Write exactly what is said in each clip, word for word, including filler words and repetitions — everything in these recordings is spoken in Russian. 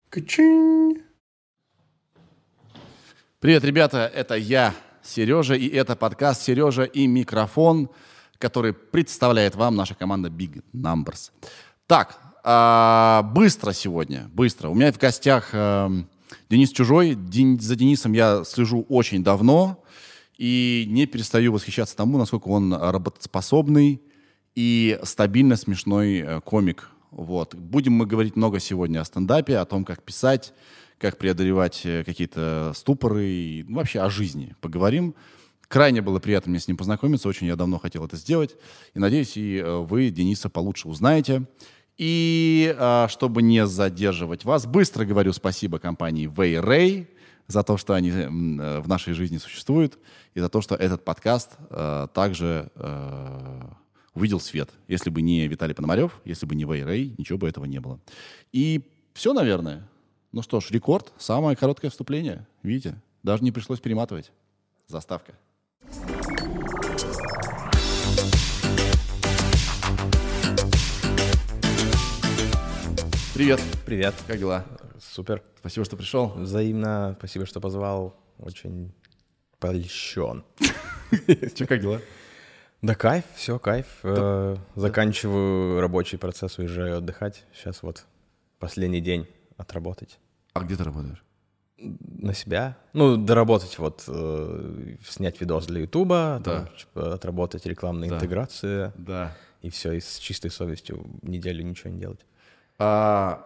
Качинь. Привет, ребята, это я, Сережа, и это подкаст «Сережа и микрофон», который представляет вам наша команда Big Numbers. Так, а, быстро сегодня, быстро. У меня в гостях а, Денис Чужой. Ден, за Денисом я слежу очень давно и не перестаю восхищаться тому, насколько он работоспособный и стабильно смешной а, комик. Вот. Будем мы говорить много сегодня о стендапе, о том, как писать, как преодолевать какие-то ступоры и ну, вообще о жизни поговорим. Крайне было приятно мне с ним познакомиться, очень я давно хотел это сделать. И надеюсь, и вы Дениса получше узнаете. И чтобы не задерживать вас, быстро говорю спасибо компании Way-Ray за то, что они в нашей жизни существуют, и за то, что этот подкаст также увидел свет. Если бы не Виталий Пономарев, если бы не Way-Ray, ничего бы этого не было. И все, наверное. Ну что ж, рекорд. Самое короткое вступление. Видите? Даже не пришлось перематывать. Заставка. Привет. Привет. Как дела? Супер. Спасибо, что пришел. Взаимно. Спасибо, что позвал. Очень польщен. Че, как дела? Да кайф, все, кайф. Да. Заканчиваю рабочий процесс, уезжаю отдыхать. Сейчас вот последний день отработать. А где ты работаешь? На себя. Ну, доработать вот, э, снять видос для Ютуба, да. там, типа, отработать рекламные да. интеграции. Да. И все, и с чистой совестью неделю ничего не делать. А,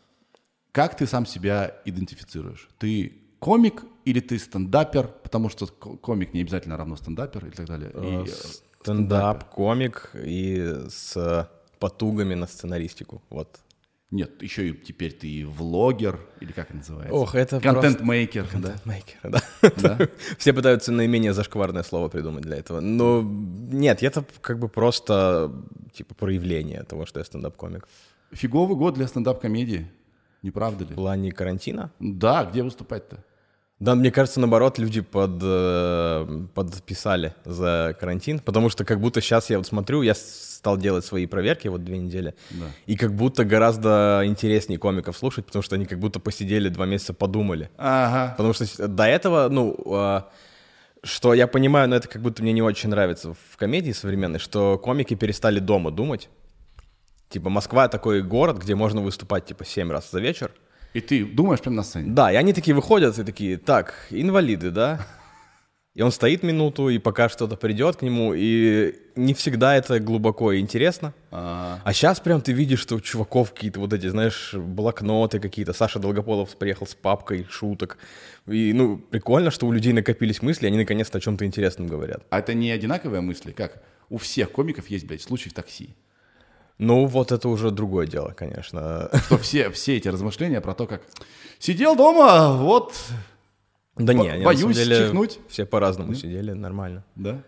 как ты сам себя идентифицируешь? Ты комик или ты стендапер? Потому что комик не обязательно равно стендапер и так далее. И стендап, комик и с потугами на сценаристику. Вот. Нет, еще и теперь ты и влогер, или как это называется? Ох, это контент-мейкер. Просто... Контент-мейкер, да. да. да? Все пытаются наименее зашкварное слово придумать для этого. Но нет, это как бы просто типа проявление того, что я стендап-комик. Фиговый год для стендап-комедии, не правда ли? В плане карантина? Да, где выступать-то? Да, мне кажется, наоборот, люди под, подписали за карантин, потому что как будто сейчас я вот смотрю, я стал делать свои проверки вот две недели, да. и как будто гораздо интереснее комиков слушать, потому что они как будто посидели два месяца, подумали. Ага. Потому что до этого, ну, что я понимаю, но это как будто мне не очень нравится в комедии современной, что комики перестали дома думать. Типа Москва такой город, где можно выступать типа семь раз за вечер. И ты думаешь прямо на сцене? Да, и они такие выходят и такие, так, инвалиды, да? И он стоит минуту, и пока что-то придет к нему, и не всегда это глубоко и интересно. А, а сейчас прям ты видишь, что у чуваков какие-то вот эти, знаешь, блокноты какие-то. Саша Долгополов приехал с папкой шуток. И, ну, прикольно, что у людей накопились мысли, они наконец-то о чем-то интересном говорят. А это не одинаковые мысли? Как? У всех комиков есть, блядь, случай в такси. Ну, вот это уже другое дело, конечно. Что все, все эти размышления про то, как сидел дома, вот, да не, они, боюсь на самом деле, чихнуть. Все по-разному да? сидели, нормально. Да?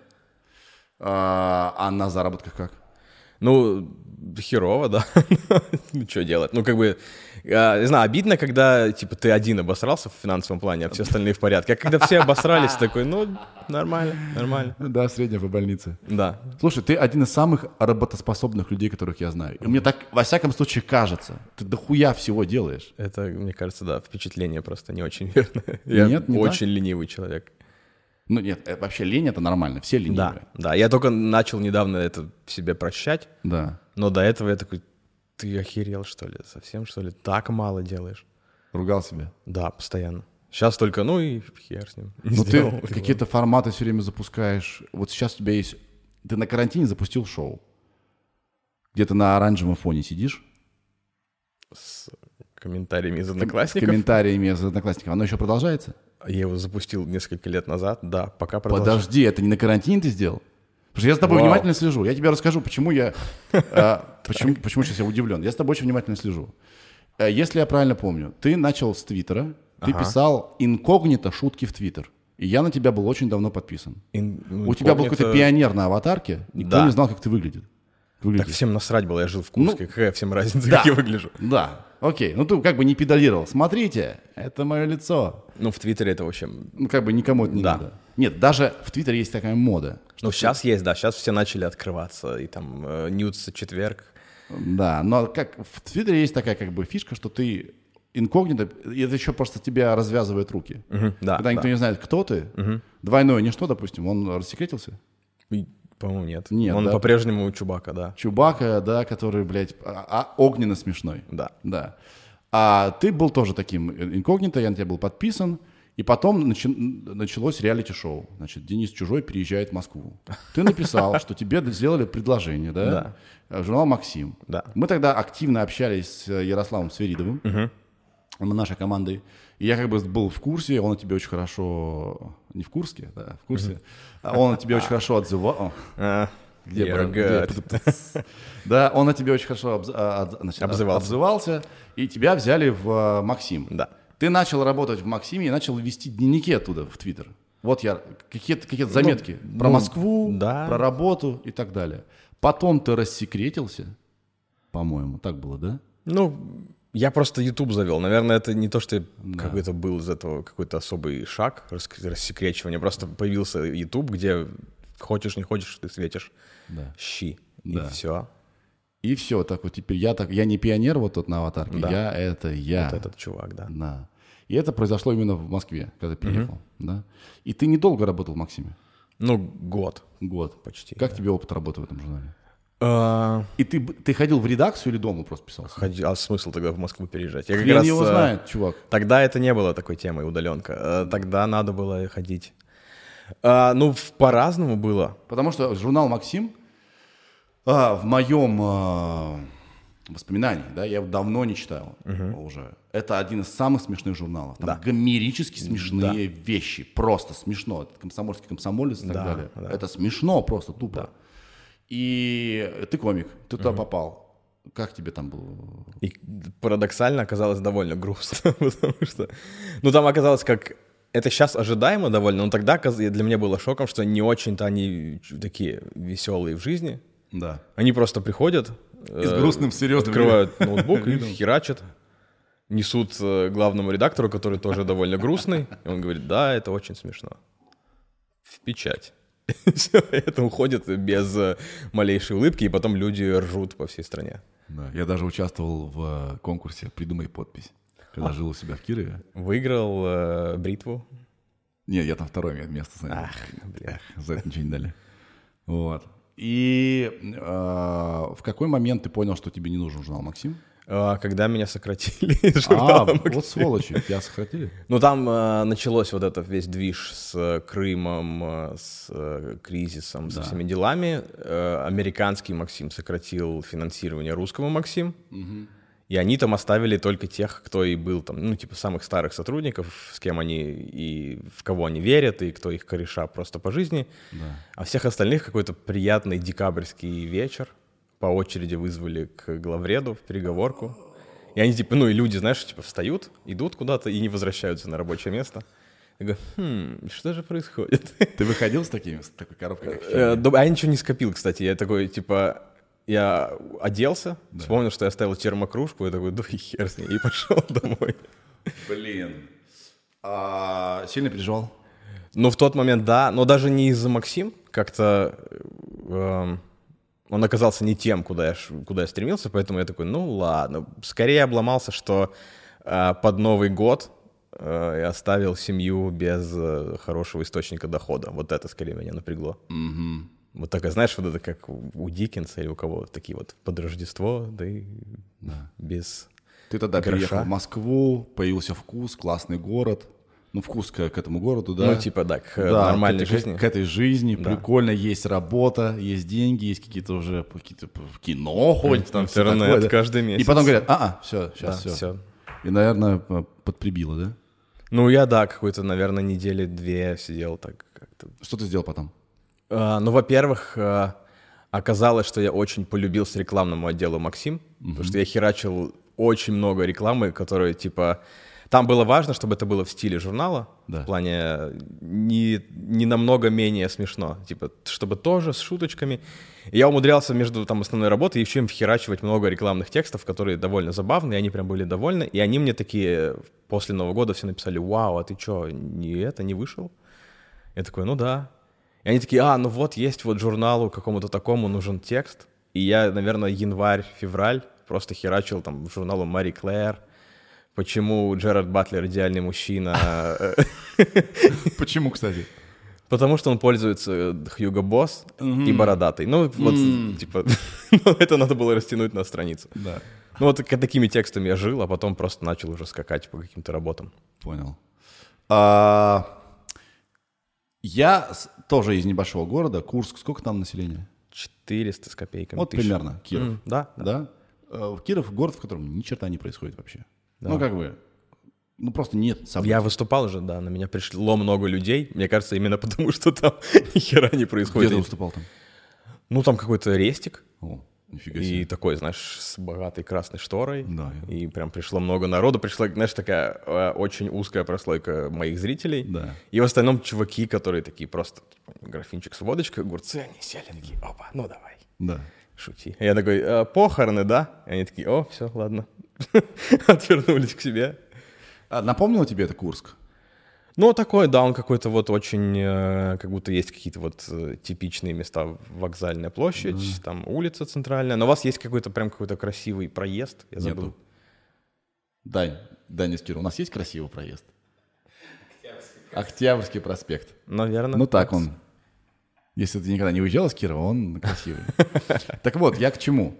А, а на заработках как? Ну, херово, да. Ну, что делать? Ну, как бы, не знаю, обидно, когда, типа, ты один обосрался в финансовом плане, а все остальные в порядке. А когда все обосрались, такой, ну, нормально, нормально. Да, средняя по больнице. Да. Слушай, ты один из самых работоспособных людей, которых я знаю. И мне так, во всяком случае, кажется. Ты дохуя всего делаешь. Это, мне кажется, да, впечатление просто не очень верное. Я Нет, не очень так? ленивый человек. Ну нет, вообще лень — это нормально, все ленивые. Да, да, я только начал недавно это в себе прощать, Да. но до этого я такой, ты охерел, что ли, совсем, что ли, так мало делаешь? Ругал себя? Да, постоянно. Сейчас только, ну и хер с ним. Не Ну сделал, ты какие-то форматы все время запускаешь. Вот сейчас у тебя есть... Ты на карантине запустил шоу. Где-то на оранжевом фоне сидишь. С комментариями из Одноклассников. С комментариями из Одноклассников. Оно еще продолжается? Я его запустил несколько лет назад, да, пока продолжаю. Подожди, это не на карантине ты сделал? Потому что я с тобой Вау. внимательно слежу. Я тебе расскажу, почему я... Почему сейчас я удивлен. Я с тобой очень внимательно слежу. Если я правильно помню, ты начал с Твиттера, ты писал инкогнито шутки в Твиттер. И я на тебя был очень давно подписан. У тебя был какой-то пионер на аватарке, никто не знал, как ты выглядишь. Так всем насрать было, я жил в Курске, какая всем разница, да, как я выгляжу. Да, окей, ну ты как бы не педалировал. Смотрите, это мое лицо. Ну в Твиттере это вообще... Ну как бы никому это не да. надо. Нет, даже в Твиттере есть такая мода. Ну сейчас есть, да, сейчас все начали открываться, и там э, Ньюс четверг. Да, но как в Твиттере есть такая как бы фишка, что ты инкогнито, и это еще просто тебя развязывает руки. Угу, да, Когда никто да. не знает, кто ты, Угу. двойное ничто, допустим, он рассекретился. И, по-моему, нет. Нет, Он да? по-прежнему Чубака, да. Чубака, да, который, блядь, а, а огненно смешной. Да. Да. А ты был тоже таким инкогнито, я на тебя был подписан, и потом начи- началось реалити-шоу. Значит, Денис Чужой переезжает в Москву. Ты написал, что тебе сделали предложение, да? Да. Журнал «Максим». Да. Мы тогда активно общались с Ярославом Свиридовым, нашей командой. И я как бы был в курсе, он о тебе очень хорошо... Не в Курске, да, в курсе. А он о тебе очень хорошо отзывал... А, Где, you're брат, good. где? Да, он о тебе очень хорошо обз- а, от- значит, Обзывался. обзывался, и тебя взяли в а, Максим. Да. Ты начал работать в Максиме и начал вести дневники оттуда в Твиттер. Вот я, какие-то, какие-то заметки про ну, Москву, да. про работу и так далее. Потом ты рассекретился, по-моему, так было, да? Ну, я просто YouTube завел. Наверное, это не то, что я какой-то был из этого какой-то особый шаг рас- рассекречивания. Просто появился YouTube, где хочешь, не хочешь, ты светишь Да. щи. Да. И все. И все, так вот теперь я так, я не пионер вот тот на аватарке, Да. я это я. Вот этот чувак, да. Да. И это произошло именно в Москве, когда переехал, да? И ты недолго работал в Максиме? Ну, год. Год. Почти, Как да. тебе опыт работы в этом журнале? А, И ты, б- ты ходил в редакцию или дома просто писал? ходи- а смысл тогда в Москву переезжать? Я как Хрен раз, его э, знает, чувак. Тогда это не было такой темой, удаленка. Э, Тогда надо было ходить. А, ну, в- по-разному было. Потому что журнал «Максим» а, в моем а, воспоминании, да, я его давно не читал уже. Это один из самых смешных журналов. Там Да. гомерически смешные вещи. Просто смешно. Это комсомольский комсомолец и так Да, далее. да. Это смешно просто, тупо. И ты комик, ты туда попал. Как тебе там было? И парадоксально оказалось довольно грустно, потому что... Ну, там оказалось как... Это сейчас ожидаемо довольно, но тогда оказалось- для меня было шоком, что не очень-то они такие веселые в жизни. Да. Они просто приходят... И с э, грустным, серьезным Открывают ноутбук и херачат. Несут э, главному редактору, который тоже довольно грустный. И он говорит, да, это очень смешно. В печать. Все, это уходит без э, малейшей улыбки, и потом люди ржут по всей стране. Да, я даже участвовал в э, конкурсе «Придумай подпись», когда жил у себя в Кирове. Выиграл э, бритву. Нет, я там второе ме- место занял. Ах, блин. Эх, за это ничего не дали. Вот. И э, в какой момент ты понял, что тебе не нужен журнал «Максим»? А, когда меня сократили из А, журнала вот «Максим». сволочи, тебя сократили? Ну, там э, началось вот это весь движ с э, Крымом, э, с э, кризисом, со всеми делами. Э, американский «Максим» сократил финансирование русского «Максим». И они там оставили только тех, кто и был там, ну, типа самых старых сотрудников, с кем они и в кого они верят, и кто их кореша просто по жизни. А всех остальных какой-то приятный декабрьский вечер по очереди вызвали к главреду в переговорку. И они типа, ну и люди, знаешь, типа встают, идут куда-то и не возвращаются на рабочее место. Я говорю, хм, что же происходит? Ты выходил с, такими, с такой коробкой? Э, да, а я ничего не скопил, кстати. Я такой, типа, я оделся, вспомнил, что я оставил термокружку, я такой, да и хер с ней, и пошел домой. Блин. А, сильно переживал? Ну, в тот момент, да, но даже не из-за Максим, как-то эм, он оказался не тем, куда я, ш- куда я стремился, поэтому я такой, ну ладно. Скорее обломался, что э, под Новый год э, я оставил семью без э, хорошего источника дохода. Вот это скорее меня напрягло. Вот такая, знаешь, вот это как у у Диккенса или у кого такие вот под Рождество, да и без... Ты тогда Гроша. переехал в Москву, появился вкус, классный город. Ну, вкус к, к этому городу, да? Ну, типа, да, к э, Да, нормальной к, этой- жизни. К, этой жизни прикольно, есть работа, есть деньги, есть какие-то уже какие-то в кино ходят, там всё Интернет такое, да. каждый месяц. И потом говорят, а, все, Да, сейчас все. всё. И, наверное, п- подприбило, да? Ну, я, да, какой-то, наверное, недели две сидел так как-то. Что ты сделал потом? А, ну, во-первых, а, оказалось, что я очень полюбился рекламному отделу «Максим», потому что я херачил очень много рекламы, которые, типа... Там было важно, чтобы это было в стиле журнала, Да. в плане не, не намного менее смешно, типа, чтобы тоже с шуточками. И я умудрялся между там основной работой еще им вхерачивать много рекламных текстов, которые довольно забавные, и они прям были довольны. И они мне такие после Нового года все написали, вау, а ты что, не это, не вышел? Я такой, ну да. И они такие, а, ну вот есть вот журналу какому-то такому нужен текст. И я, наверное, январь-февраль просто херачил там журналу Мари Клэр, почему Джерард Батлер идеальный мужчина. Почему, кстати? Потому что он пользуется Hugo Boss и бородатый. Ну, вот, типа, это надо было растянуть на страницу. Да. Ну, вот такими текстами я жил, а потом просто начал уже скакать по каким-то работам. Понял. А, я тоже из небольшого города. Курск. Сколько там населения? четыреста с копейками. Вот тысяч. примерно. Киров. Mm, да. Да? А, Киров — город, в котором ни черта не происходит вообще. Да. Ну, как бы... Ну, просто нет событий. Я выступал уже, да, на меня пришло много людей. Мне кажется, именно потому, что там ни хера не происходит. Где ты выступал там? Ну, там какой-то рестик. О, нифига себе. И такой, знаешь, с богатой красной шторой. Да. И прям пришло много народу. Пришла, знаешь, такая э, очень узкая прослойка моих зрителей. Да. И в остальном чуваки, которые такие просто типа, графинчик с водочкой, огурцы, они сели, такие, опа, ну давай, Да. шути. И я такой, э, похороны, да? И они такие, о, все, ладно. Отвернулись к себе. А напомнил тебе это Курск? Ну, такой, да, он какой-то вот очень, э, как будто есть какие-то вот э, типичные места, вокзальная площадь, mm. там улица центральная, но у вас есть какой-то прям какой-то красивый проезд, я забыл. Нету. Дань, Дань из Кирова, у нас есть красивый проезд? Октябрьский, Октябрьский проспект. Наверное. Ну так он, если ты никогда не уезжал из Кирова, он красивый. Так вот, я к чему?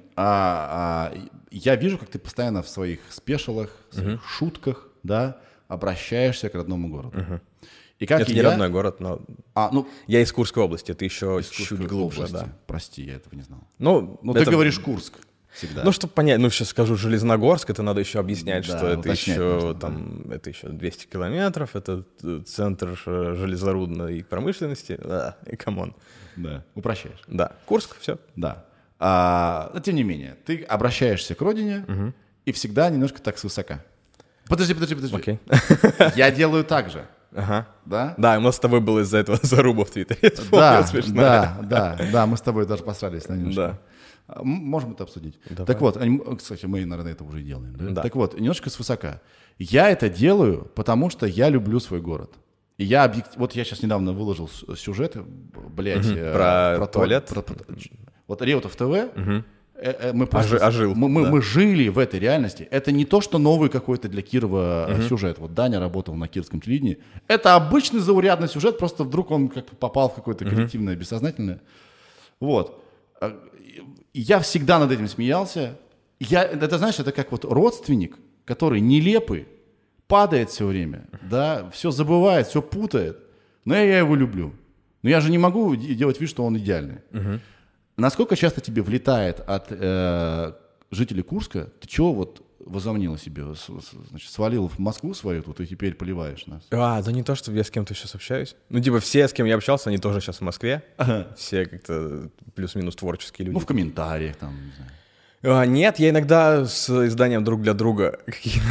Я вижу, как ты постоянно в своих спешалах, в своих шутках, да, обращаешься к родному городу. Uh-huh. И как это и не я... родной город, но а, ну, я из Курской области, это еще из чуть глубже, области. да. Прости, я этого не знал. Ну, ну это... ты говоришь Курск всегда. Ну, чтобы понять, ну, сейчас скажу Железногорск, это надо еще объяснять, да, что это еще, нужно, там, да. это еще двести километров, это центр железорудной промышленности, да, и камон. Да, упрощаешь. Да, Курск, все. Да. А, но тем не менее, ты обращаешься к родине угу. и всегда немножко так свысока. Подожди, подожди, подожди. Окей. Я делаю так же. Ага. Да? Да, у нас с тобой было из-за этого заруба в Твиттере. Да, да, да, да, мы с тобой даже посрались на немножко. Да. Можем это обсудить. Давай. Так вот, кстати, мы, наверное, это уже делаем. Да? Да. Так вот, немножко свысока. Я это делаю, потому что я люблю свой город. И я объект... Вот я сейчас недавно выложил сюжет, блядь, угу. э, про, про туалет. Про, про... Вот Реутов ТВ. Угу. Мы, просто, Ожи, ожил, мы, мы, да. мы жили в этой реальности. Это не то, что новый какой-то для Кирова uh-huh. сюжет. Вот Даня работал на кировском телевидении. Это обычный заурядный сюжет, просто вдруг он как-то попал в какое-то uh-huh. коллективное, бессознательное. Вот. Я всегда над этим смеялся. Я, это, знаешь, это как вот родственник, который нелепый, падает все время, да, все забывает, все путает. Но я, я его люблю. Но я же не могу делать вид, что он идеальный. Uh-huh. Насколько часто тебе влетает от э, жителей Курска? Ты чего вот возомнил себе? Значит, свалил в Москву свою тут и теперь поливаешь нас? А, да не то, чтобы я с кем-то сейчас общаюсь. Ну, типа, все, с кем я общался, они тоже сейчас в Москве. Ага. Все как-то плюс-минус творческие люди. Ну, в комментариях там, не знаю. А, нет, я иногда с изданием «Друг для друга»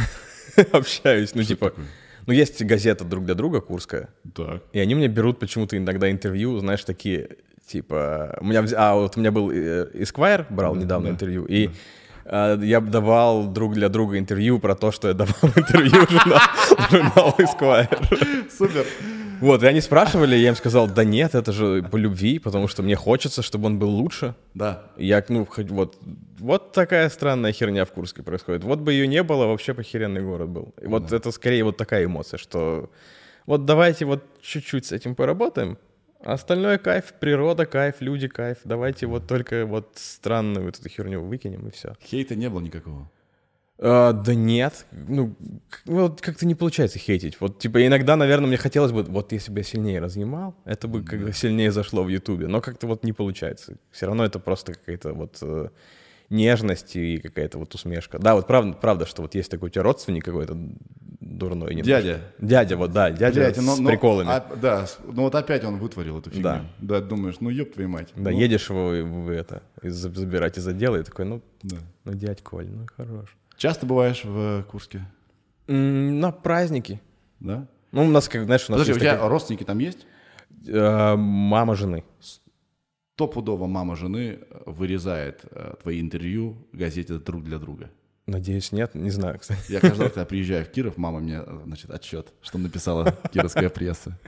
общаюсь. Ну, типа, ну, есть газета «Друг для друга» курская. Так. И они мне берут почему-то иногда интервью, знаешь, такие... Типа, у меня, а вот у меня был Esquire, брал да, недавно да, интервью, и да. а, я давал друг для друга интервью про то, что я давал интервью журнал, журнал Esquire. Супер. Вот, и они спрашивали, я им сказал, да нет, это же по любви, потому что мне хочется, чтобы он был лучше. Да. Я, ну, вот, вот такая странная херня в Курске происходит. Вот бы ее не было, вообще похеренный город был. И вот да. это скорее вот такая эмоция, что вот давайте вот чуть-чуть с этим поработаем. Остальное кайф, природа кайф, люди кайф. Давайте вот только вот странную вот эту херню выкинем и все. Хейта не было никакого? А, да нет. Ну, вот как-то не получается хейтить. Вот типа иногда, наверное, мне хотелось бы, вот если бы я сильнее разнимал, это бы как-то сильнее зашло в Ютубе. Но как-то вот не получается. Все равно это просто какая-то вот э, нежность и какая-то вот усмешка. Да, вот правда, правда, что вот есть такой у тебя родственник какой-то дурной. Немножко. Дядя. Дядя, вот, да, дядя Блядь, но, с но, приколами. А, да, ну вот опять он вытворил эту фигню. Да. Да, думаешь, ну ёб твою мать. Да, ну. едешь его в это, забирать из отдела и такой, ну, да. ну дядь Коль, ну хорош. Часто бываешь в Курске? М-м, на праздники. Да? Ну, у нас, как, знаешь, у нас Подожди, есть у тебя такая... родственники там есть? Э, мама жены. Стопудово мама жены вырезает э, твои интервью в газете «Друг для друга». Надеюсь, нет, не знаю, кстати. Я каждый раз, когда приезжаю в Киров, мама мне, значит, отчет, что написала кировская пресса.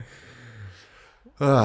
А,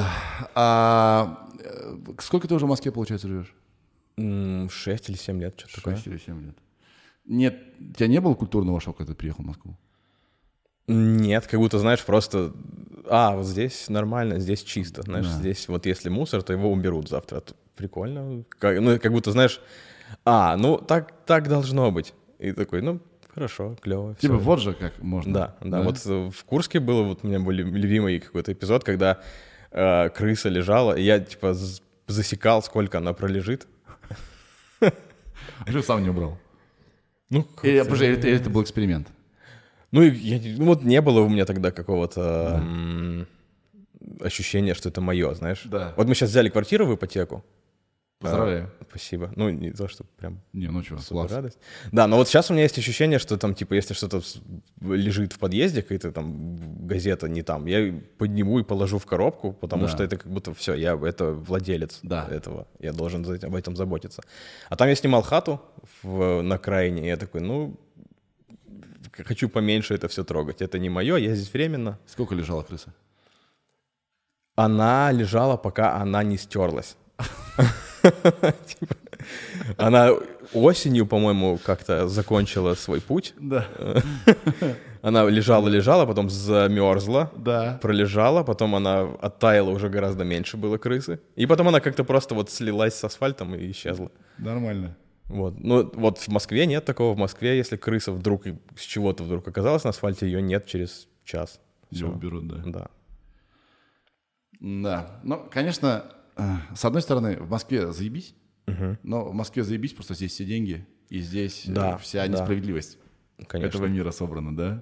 а, сколько ты уже в Москве, получается, живешь? Шесть или семь лет, что-то такое. Шесть или семь лет. Нет, у тебя не было культурного шока, когда ты приехал в Москву? Нет, как будто, знаешь, просто... А, вот здесь нормально, здесь чисто. Знаешь, да. Здесь вот если мусор, то его уберут завтра. Прикольно. Как, ну, как будто, знаешь... А, ну, так, так должно быть. И такой, ну, хорошо, клево. Типа все. Вот же как можно. Да, да, да. Вот в Курске был, вот у меня был любимый какой-то эпизод, когда э, крыса лежала, и я, типа, засекал, сколько она пролежит. А что сам не убрал? Ну, или, или, или это был эксперимент? Ну, я, ну, вот не было у меня тогда какого-то да. м- ощущения, что это мое, знаешь. Да. Вот мы сейчас взяли квартиру в ипотеку. Поздравляю. А, спасибо. Ну, не то, что прям... Не, ну что, класс. Радость. Да, но вот сейчас у меня есть ощущение, что там, типа, если что-то лежит в подъезде, какая-то там газета не там, я подниму и положу в коробку, потому да. что это как будто все, я это владелец да. этого, я должен об этом заботиться. А там я снимал хату в, на окраине, и я такой, ну, хочу поменьше это все трогать. Это не мое, я здесь временно. Сколько лежала крыса? Она лежала, пока она не стерлась. Она осенью, по-моему, как-то закончила свой путь. Да. Она лежала-лежала, потом замерзла, да. пролежала, потом она оттаяла, уже гораздо меньше было крысы. И потом она как-то просто вот слилась с асфальтом и исчезла. Нормально. Вот. Ну, вот в Москве нет такого. В Москве, если крыса вдруг с чего-то вдруг оказалась на асфальте, ее нет через час. Ее уберут, да. Да. Да. Ну, конечно, с одной стороны, в Москве заебись, uh-huh. но в Москве заебись, просто здесь все деньги, и здесь да, вся несправедливость да. этого мира собрана, да.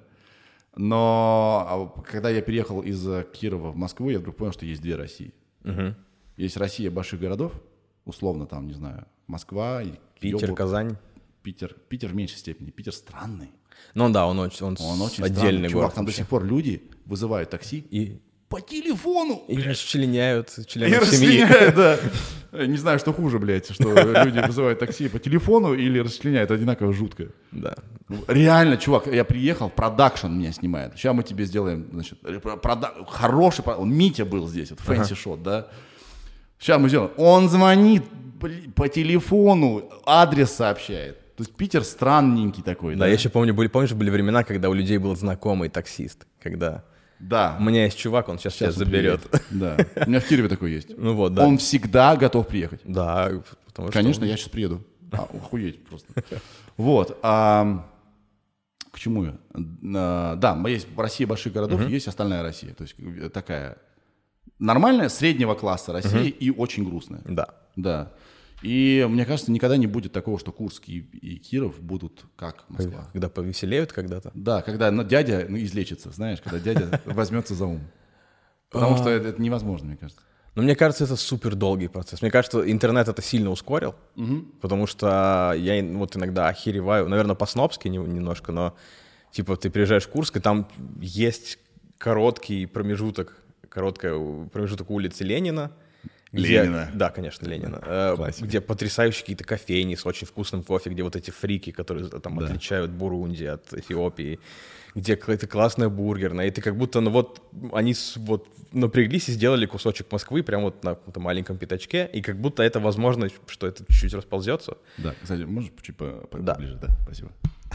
Но когда я переехал из Кирова в Москву, я вдруг понял, что есть две России. Uh-huh. Есть Россия больших городов, условно там, не знаю, Москва, Питер, Ёбок, Казань. Питер, Питер в меньшей степени. Питер странный. Ну да, он очень, он он очень отдельный странный. город. Чувак, там вообще. До сих пор люди вызывают такси и по телефону. И расчленяют членов и семьи. Расчленяют, да. Не знаю, что хуже, блядь, что люди вызывают такси по телефону или расчленяют. Одинаково жутко. Да. Реально, чувак, я приехал, продакшн меня снимает. Сейчас мы тебе сделаем, значит, прода... хороший, Митя был здесь, вот фэнси шот, да. Сейчас мы сделаем. Он звонит по телефону, адрес сообщает. То есть Питер странненький такой. Да, да? я еще помню, были, помнишь, были времена, когда у людей был знакомый таксист, когда... Да. У меня есть чувак, он сейчас, сейчас тебя заберет. Да. У меня в Кирове такой есть. Ну вот, да. Он всегда готов приехать. Да. Потому Конечно, что... я сейчас приеду. А, охуеть просто. Вот. А, к чему я? А, да, есть Россия больших городов, uh-huh. есть остальная Россия. То есть такая нормальная, среднего класса Россия uh-huh. и очень грустная. Да. Да. И мне кажется, никогда не будет такого, что Курск и, и Киров будут как Москва. Когда повеселеют когда-то? Да, когда ну, дядя ну, излечится, знаешь, когда дядя возьмется за ум. Потому что это, это невозможно, мне кажется. Но мне кажется, это супер долгий процесс. Мне кажется, интернет это сильно ускорил, угу. потому что я вот иногда охереваю, наверное, по-снобски немножко, но типа ты приезжаешь в Курск, и там есть короткий промежуток, короткий промежуток улицы Ленина, Где, Ленина. Да, конечно, Ленина. Э, где потрясающие какие-то кофейни с очень вкусным кофе, где вот эти фрики, которые там да. отличают Бурунди от Эфиопии, где какая-то классная бургерная, и ты как будто, ну вот, они вот напряглись и сделали кусочек Москвы прямо вот на каком-то маленьком пятачке, и как будто это возможно, что это чуть-чуть расползется. Да, кстати, можешь чуть поближе? Да. Да, спасибо.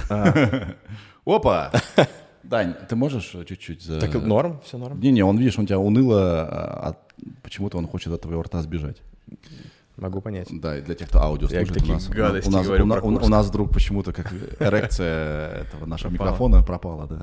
Опа! Дань, ты можешь чуть-чуть... За... Так норм, все норм. Не-не, он, видишь, он тебя уныло, а почему-то он хочет от твоего рта сбежать. Могу понять. Да, и для тех, кто аудио слушает, у нас, гадости у, нас, у, нас, у, у нас вдруг почему-то как эрекция этого нашего пропала. Микрофона пропала, да.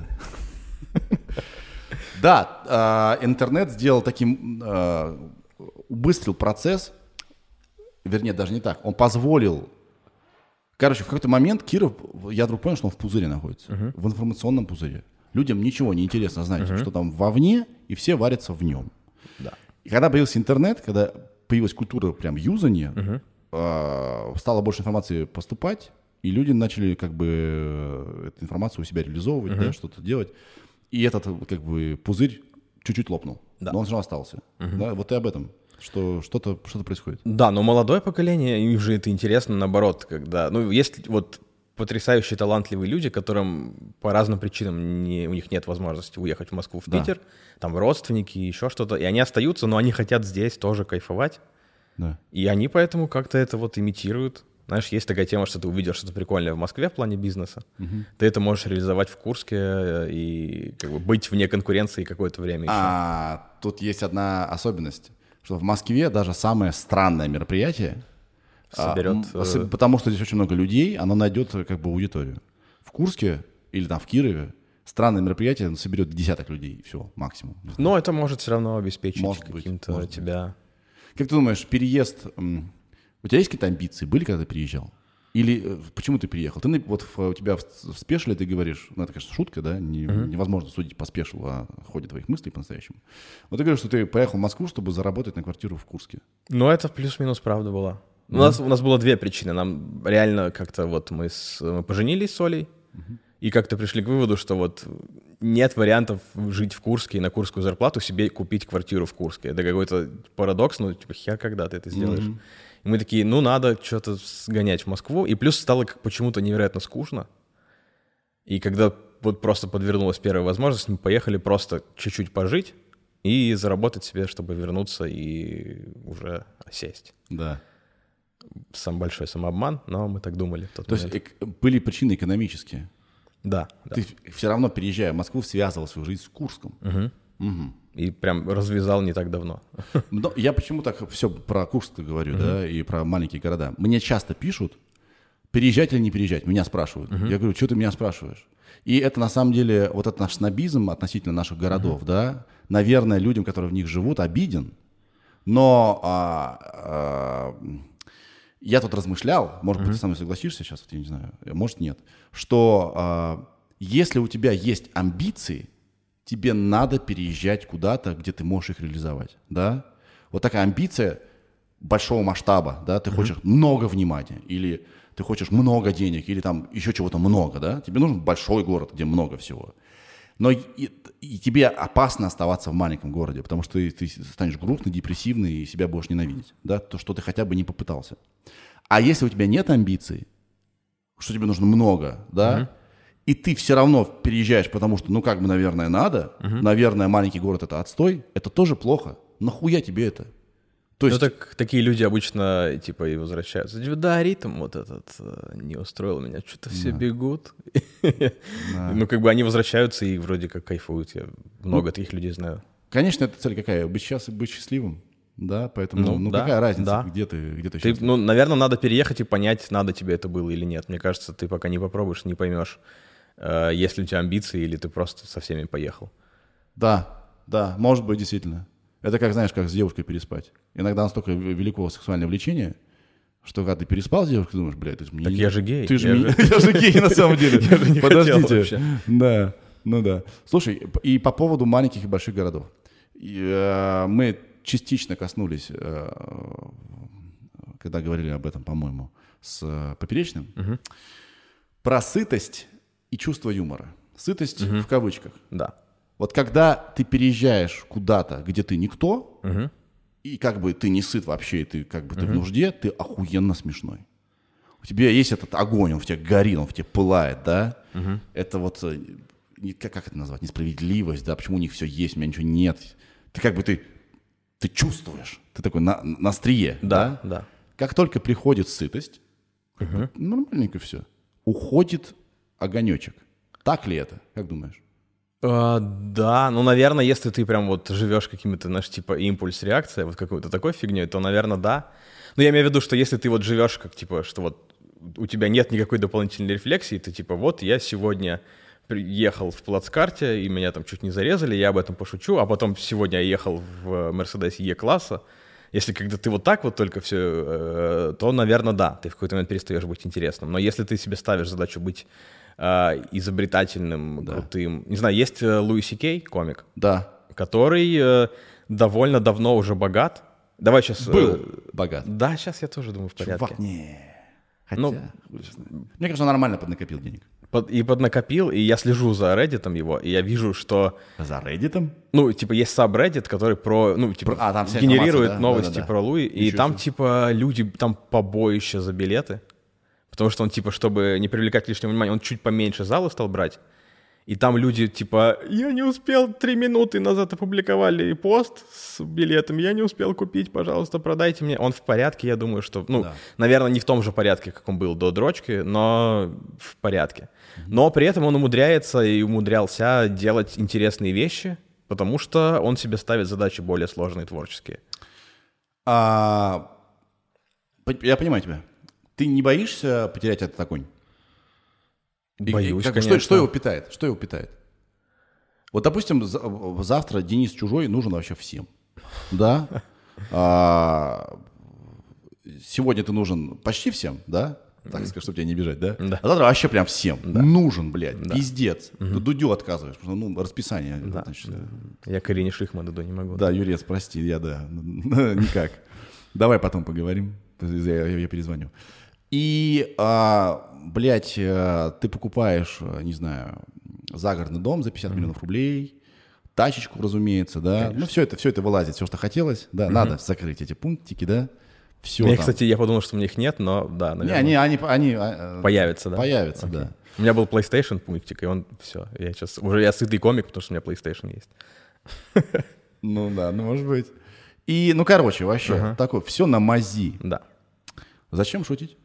Да, интернет сделал таким, убыстрил процесс, вернее, даже не так, он позволил. Короче, в какой-то момент Киров, я вдруг понял, что он в пузыре находится, uh-huh. в информационном пузыре. Людям ничего не интересно знать, uh-huh. что там вовне, и все варятся в нем. Да. И когда появился интернет, когда появилась культура прям юзания, uh-huh. э, стало больше информации поступать, и люди начали как бы э, эту информацию у себя реализовывать, uh-huh. да, что-то делать. И этот как бы пузырь чуть-чуть лопнул, да. но он же остался. Uh-huh. Да? Вот и об этом. Что что-то, что-то происходит. Да, но молодое поколение, им же это интересно, наоборот, когда... Ну, есть вот потрясающие, талантливые люди, которым по разным причинам не, у них нет возможности уехать в Москву, в Питер, да. там родственники, еще что-то, и они остаются, но они хотят здесь тоже кайфовать, да. и они поэтому как-то это вот имитируют. Знаешь, есть такая тема, что ты увидел что-то прикольное в Москве в плане бизнеса, Мгм. ты это можешь реализовать в Курске э, и как бы быть вне конкуренции какое-то время еще. А тут есть одна особенность, что в Москве даже самое странное мероприятие а, Соберет, м, э, с- потому что здесь очень много людей, оно найдет э, как бы аудиторию. В Курске или там в Кирове странное мероприятие оно соберет десяток людей, все, максимум. Не знаю. Но это может все равно обеспечить Может быть, каким-то может быть. тебя... Как ты думаешь, переезд, м, у тебя есть какие-то амбиции? Были, когда ты переезжал? Или э, почему ты переехал? Ты на- вот в- у тебя в, в спешле ты говоришь, ну это, конечно, шутка, да, не- невозможно судить по спешлу о ходе твоих мыслей по-настоящему. Вот ты говоришь, что ты поехал в Москву, чтобы заработать на квартиру в Курске. Ну, это плюс-минус правда была. У, нас, у нас было две причины. Нам реально как-то вот мы, с, мы поженились с Олей и как-то пришли к выводу, что вот нет вариантов жить в Курске и на курскую зарплату себе купить квартиру в Курске. Это какой-то парадокс, ну, типа, хер, когда ты это сделаешь. И мы такие, ну, надо что-то сгонять в Москву. И плюс стало как почему-то невероятно скучно. И когда вот просто подвернулась первая возможность, мы поехали просто чуть-чуть пожить и заработать себе, чтобы вернуться и уже сесть. Да. Сам большой самообман, но мы так думали в тот То есть момент. эк- были причины экономические. Да, да. Ты все равно, переезжая в Москву, связывал свою жизнь с Курском. Мгм. И прям развязал не так давно. Но я почему так все про Курск говорю, да, и про маленькие города. Мне часто пишут, переезжать или не переезжать, меня спрашивают. Я говорю, что ты меня спрашиваешь? И это на самом деле, вот этот наш снобизм относительно наших городов, да, наверное, людям, которые в них живут, обиден. Но а, а, я тут размышлял, может быть, ты со мной согласишься сейчас, вот я не знаю, может нет, что а, если у тебя есть амбиции, тебе надо переезжать куда-то, где ты можешь их реализовать, да? Вот такая амбиция большого масштаба, да, ты хочешь много внимания, или ты хочешь много денег, или там еще чего-то много, да? Тебе нужен большой город, где много всего. Но и, и тебе опасно оставаться в маленьком городе, потому что ты, ты станешь грустный, депрессивный и себя будешь ненавидеть, да, то, что ты хотя бы не попытался. А если у тебя нет амбиций, что тебе нужно много, да, и ты все равно переезжаешь, потому что, ну, как бы, наверное, надо, наверное, маленький город — это отстой, это тоже плохо. Нахуя тебе это? То Ну, есть, так, такие люди обычно, типа, и возвращаются. Типа, да, ритм вот этот э, не устроил меня, что-то все бегут. Ну, как бы они возвращаются и вроде как кайфуют. Я много таких людей знаю. конечно, эта цель какая? Быть, счаст- быть счастливым, да, поэтому, ну, Ну, да, какая разница, да. где ты, где ты Ты, счастлив? ну, наверное, надо переехать и понять, надо тебе это было или нет. Мне кажется, ты пока не попробуешь, не поймешь, э, есть ли у тебя амбиции или ты просто со всеми поехал. Да, да, может быть, действительно. Это как, знаешь, как с девушкой переспать. Иногда настолько в- велико сексуальное влечение, что когда ты переспал с девушкой, ты думаешь, блядь, ты же мне Так не- я же гей, Ты же я мне- же- я же гей на самом деле. Я же не хотел Подождите. вообще. Да, ну да. Слушай, п- и по поводу маленьких и больших городов. И, э, мы частично коснулись, э, когда говорили об этом, по-моему, с э, Поперечным, про сытость и чувство юмора. Сытость в кавычках. Да. Вот когда ты переезжаешь куда-то, где ты никто, и как бы ты не сыт вообще, и ты как бы ты в нужде, ты охуенно смешной. У тебя есть этот огонь, он в тебе горит, он в тебе пылает, да? Это вот, э, не- как, как это назвать, несправедливость, да? Почему у них все есть, у меня ничего нет? Ты как бы, ты, ты чувствуешь, ты такой на, на острие, Да, да? да. Как только приходит сытость, как бы нормальненько все, уходит огонечек. Так ли это? Как думаешь? А, да, ну, наверное, если ты прям вот живешь какими-то, знаешь, типа импульс-реакция, вот какой-то такой фигней, то, наверное, да. Но я имею в виду, что если ты вот живешь как, типа, что вот у тебя нет никакой дополнительной рефлексии, ты типа, вот я сегодня приехал в плацкарте, и меня там чуть не зарезали, я об этом пошучу, а потом сегодня я ехал в Мерседесе Е-класса. Если когда ты вот так вот только все, э, то, наверное, да, ты в какой-то момент перестаешь быть интересным. Но если ты себе ставишь задачу быть э, изобретательным, крутым... Не знаю, есть э, Луи Си Кей, комик, Да. который э, довольно давно уже богат. Давай сейчас... Был богат. Да, сейчас я тоже думаю в порядке. Чувак, не. Хотя, Ну, хуй знает. Мне кажется, он нормально поднакопил денег. Под- и поднакопил, и я слежу за Reddit'ом его, и я вижу, что... За Reddit'ом? Ну, типа, есть сабреддит, который про, ну, типа, Про- а, там вся генерирует информация, да? новости Да-да-да. про Луи, и Ничего там, себе. типа, люди, там побоище за билеты, потому что он, типа, чтобы не привлекать лишнего внимания, он чуть поменьше зала стал брать, И там люди типа, я не успел, три минуты назад опубликовали пост с билетом, я не успел купить, пожалуйста, продайте мне. Он в порядке, я думаю, что, ну, да. наверное, не в том же порядке, как он был до дрочки, но в порядке. Но при этом он умудряется и умудрялся делать интересные вещи, потому что он себе ставит задачи более сложные, творческие. А, я понимаю тебя. Ты не боишься потерять этот огонь? Боюсь, как, конечно. Что, что его питает? Что его питает? Вот, допустим, завтра Денис Чужой нужен вообще всем. Да? А, сегодня ты нужен почти всем, да? Так сказать, чтобы тебя не бежать, да? Да. А завтра вообще прям всем. Да. Нужен, блядь, да. пиздец. Угу. Ты Дудю отказываешь, потому что, ну, расписание. Да. Значит, я к Ирине Шихман Дуду не могу. Да, Юрец, прости, я, да, никак. Давай потом поговорим, я, я перезвоню. И, а, блядь, ты покупаешь, не знаю, загородный дом за пятьдесят mm-hmm. миллионов рублей, тачечку, разумеется, да. Конечно. Ну, все это, все это вылазит, все, что хотелось, да, mm-hmm. надо закрыть эти пунктики, да. Все Мне, там. кстати, я подумал, что у них нет, но да, наверное. Не, они, они, они появятся, да? Появятся, okay. да. У меня был PlayStation пунктик, и он, все, я сейчас, уже я сытый комик, потому что у меня PlayStation есть. Ну да, ну может быть. И, ну, короче, вообще, uh-huh. такое, все на мази. Да. Зачем шутить?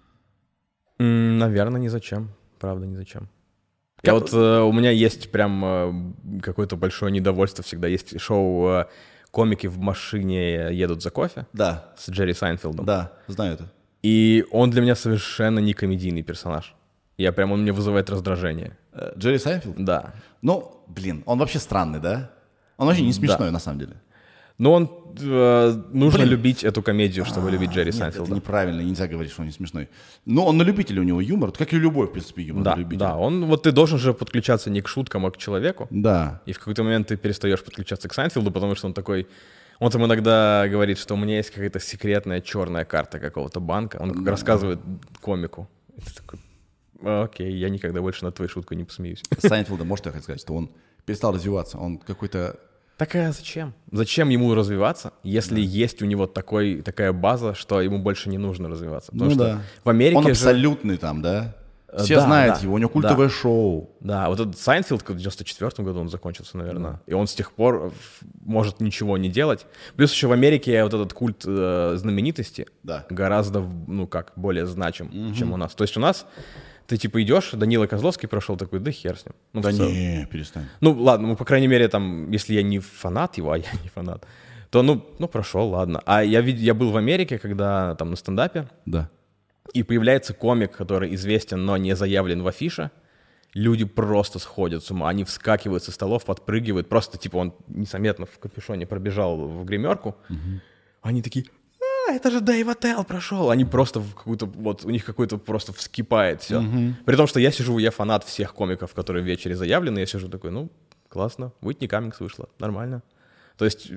Mm, наверное, ни зачем. Правда, ни зачем. Как... Я вот, э, у меня есть прям э, какое-то большое недовольство всегда. Есть шоу э, «Комики в машине едут за кофе». Да. С Джерри Сайнфилдом. Да, знаю это. И он для меня совершенно не комедийный персонаж. Я прям, он мне вызывает раздражение. Э, Джерри Сайнфилд? Да. Ну, блин, он вообще странный, да? Он вообще не смешной, да. на самом деле. Но он, э, нужно Блин. любить эту комедию, чтобы а, любить Джерри Сайнфилда. Это неправильно, нельзя говорить, что он не смешной. Но он на любителя, у него юмор, как и любой, в принципе, юмор. Да, да, он, вот ты должен же подключаться не к шуткам, а к человеку. Да. И в какой-то момент ты перестаешь подключаться к Сайнфилду, потому что он такой... Он там иногда говорит, что у меня есть какая-то секретная черная карта какого-то банка. Он да. рассказывает комику. И ты такой, окей, я никогда больше на твою шутку не посмеюсь. Сайнфилда, может, я хочу сказать, что он перестал развиваться, он какой-то... Так а зачем? Зачем ему развиваться, если да. есть у него такой, такая база, что ему больше не нужно развиваться? Потому ну что да. в Америке он же... абсолютный там, да? Все да, знают да, его, у него культовое да. шоу. Да, вот этот Сайнфилд в девяносто четвёртом году он закончился, наверное. Да. И он с тех пор может ничего не делать. Плюс еще в Америке вот этот культ э, знаменитости да. гораздо, ну как, более значим, угу. чем у нас. То есть у нас... Ты типа идешь, Данила Козловский прошел, такой, да хер с ним. Ну, да не, перестань. Ну ладно, ну по крайней мере там, если я не фанат его, а я не фанат, то ну, ну прошел, ладно. А я, я был в Америке, когда там на стендапе, да. и появляется комик, который известен, но не заявлен в афише, люди просто сходят с ума, они вскакивают со столов, подпрыгивают, просто типа он незаметно в капюшоне пробежал в гримерку, угу. они такие... это же Дэйв Аттелл прошел. Они просто в какую-то, вот у них какой-то просто вскипает все. Mm-hmm. При том, что я сижу, я фанат всех комиков, которые в вечере заявлены, я сижу такой, ну, классно, Уитни Каммингс вышла, нормально. То есть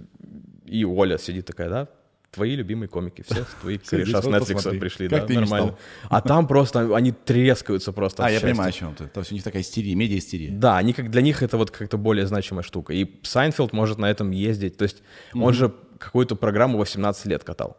и Оля сидит такая, да, твои любимые комики, все твои кореша с Netflix пришли, да, нормально. А там просто они трескаются просто. А, я понимаю, о чем ты. То есть у них такая истерия, медиа-истерия. Да, они как, для них это вот как-то более значимая штука. И Сайнфилд может на этом ездить. То есть он же какую-то программу восемнадцать лет катал.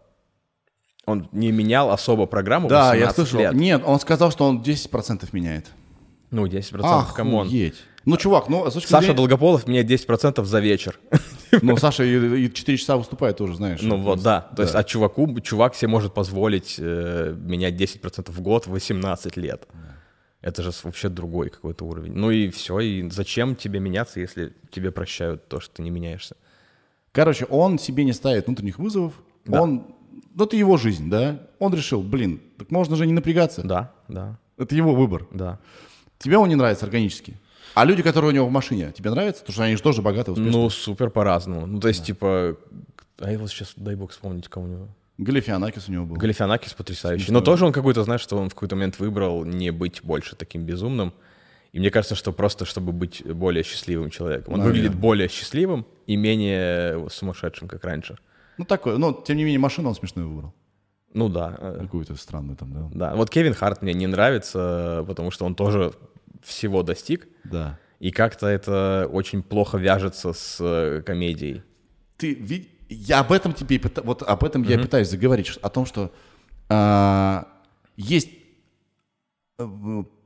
Он не менял особо программу да, я слышал. лет. Нет, он сказал, что он десять процентов меняет. Ну, десять процентов, камон. Ну, чувак, ну... Саша зрения... Долгополов меняет десять процентов за вечер. Ну, Саша и, и четыре часа выступает тоже, знаешь. Ну, вот, да. То да. есть, а чуваку, чувак себе может позволить э, менять десять процентов в год в восемнадцать лет. Да. Это же вообще другой какой-то уровень. Ну и все, и зачем тебе меняться, если тебе прощают то, что ты не меняешься? Короче, он себе не ставит внутренних вызовов. Да. Он... Ну, это его жизнь, да? Он решил, блин, так можно же не напрягаться. Да, да. Это его выбор. Да. Тебе он не нравится органически. А люди, которые у него в машине, тебе нравятся? Потому что они же тоже богатые, успешные. Ну, супер по-разному. Ну, то есть, да. типа... А я вот сейчас, дай бог, вспомнить, кого у него... Галифианакис у него был. Галифианакис потрясающий. Смешной. Но тоже он какой-то, знаешь, что он в какой-то момент выбрал не быть больше таким безумным. И мне кажется, что просто, чтобы быть более счастливым человеком. Он Наверное. выглядит более счастливым и менее сумасшедшим, как раньше. Ну, такой, но, тем не менее, машину он смешную выбрал. Ну, да. Какую-то странную там, да. Да, вот Кевин Харт мне не нравится, потому что он тоже всего достиг. Да. И как-то это очень плохо вяжется с комедией. Ты, я об этом тебе, вот об этом mm-hmm. я пытаюсь заговорить, о том, что а, есть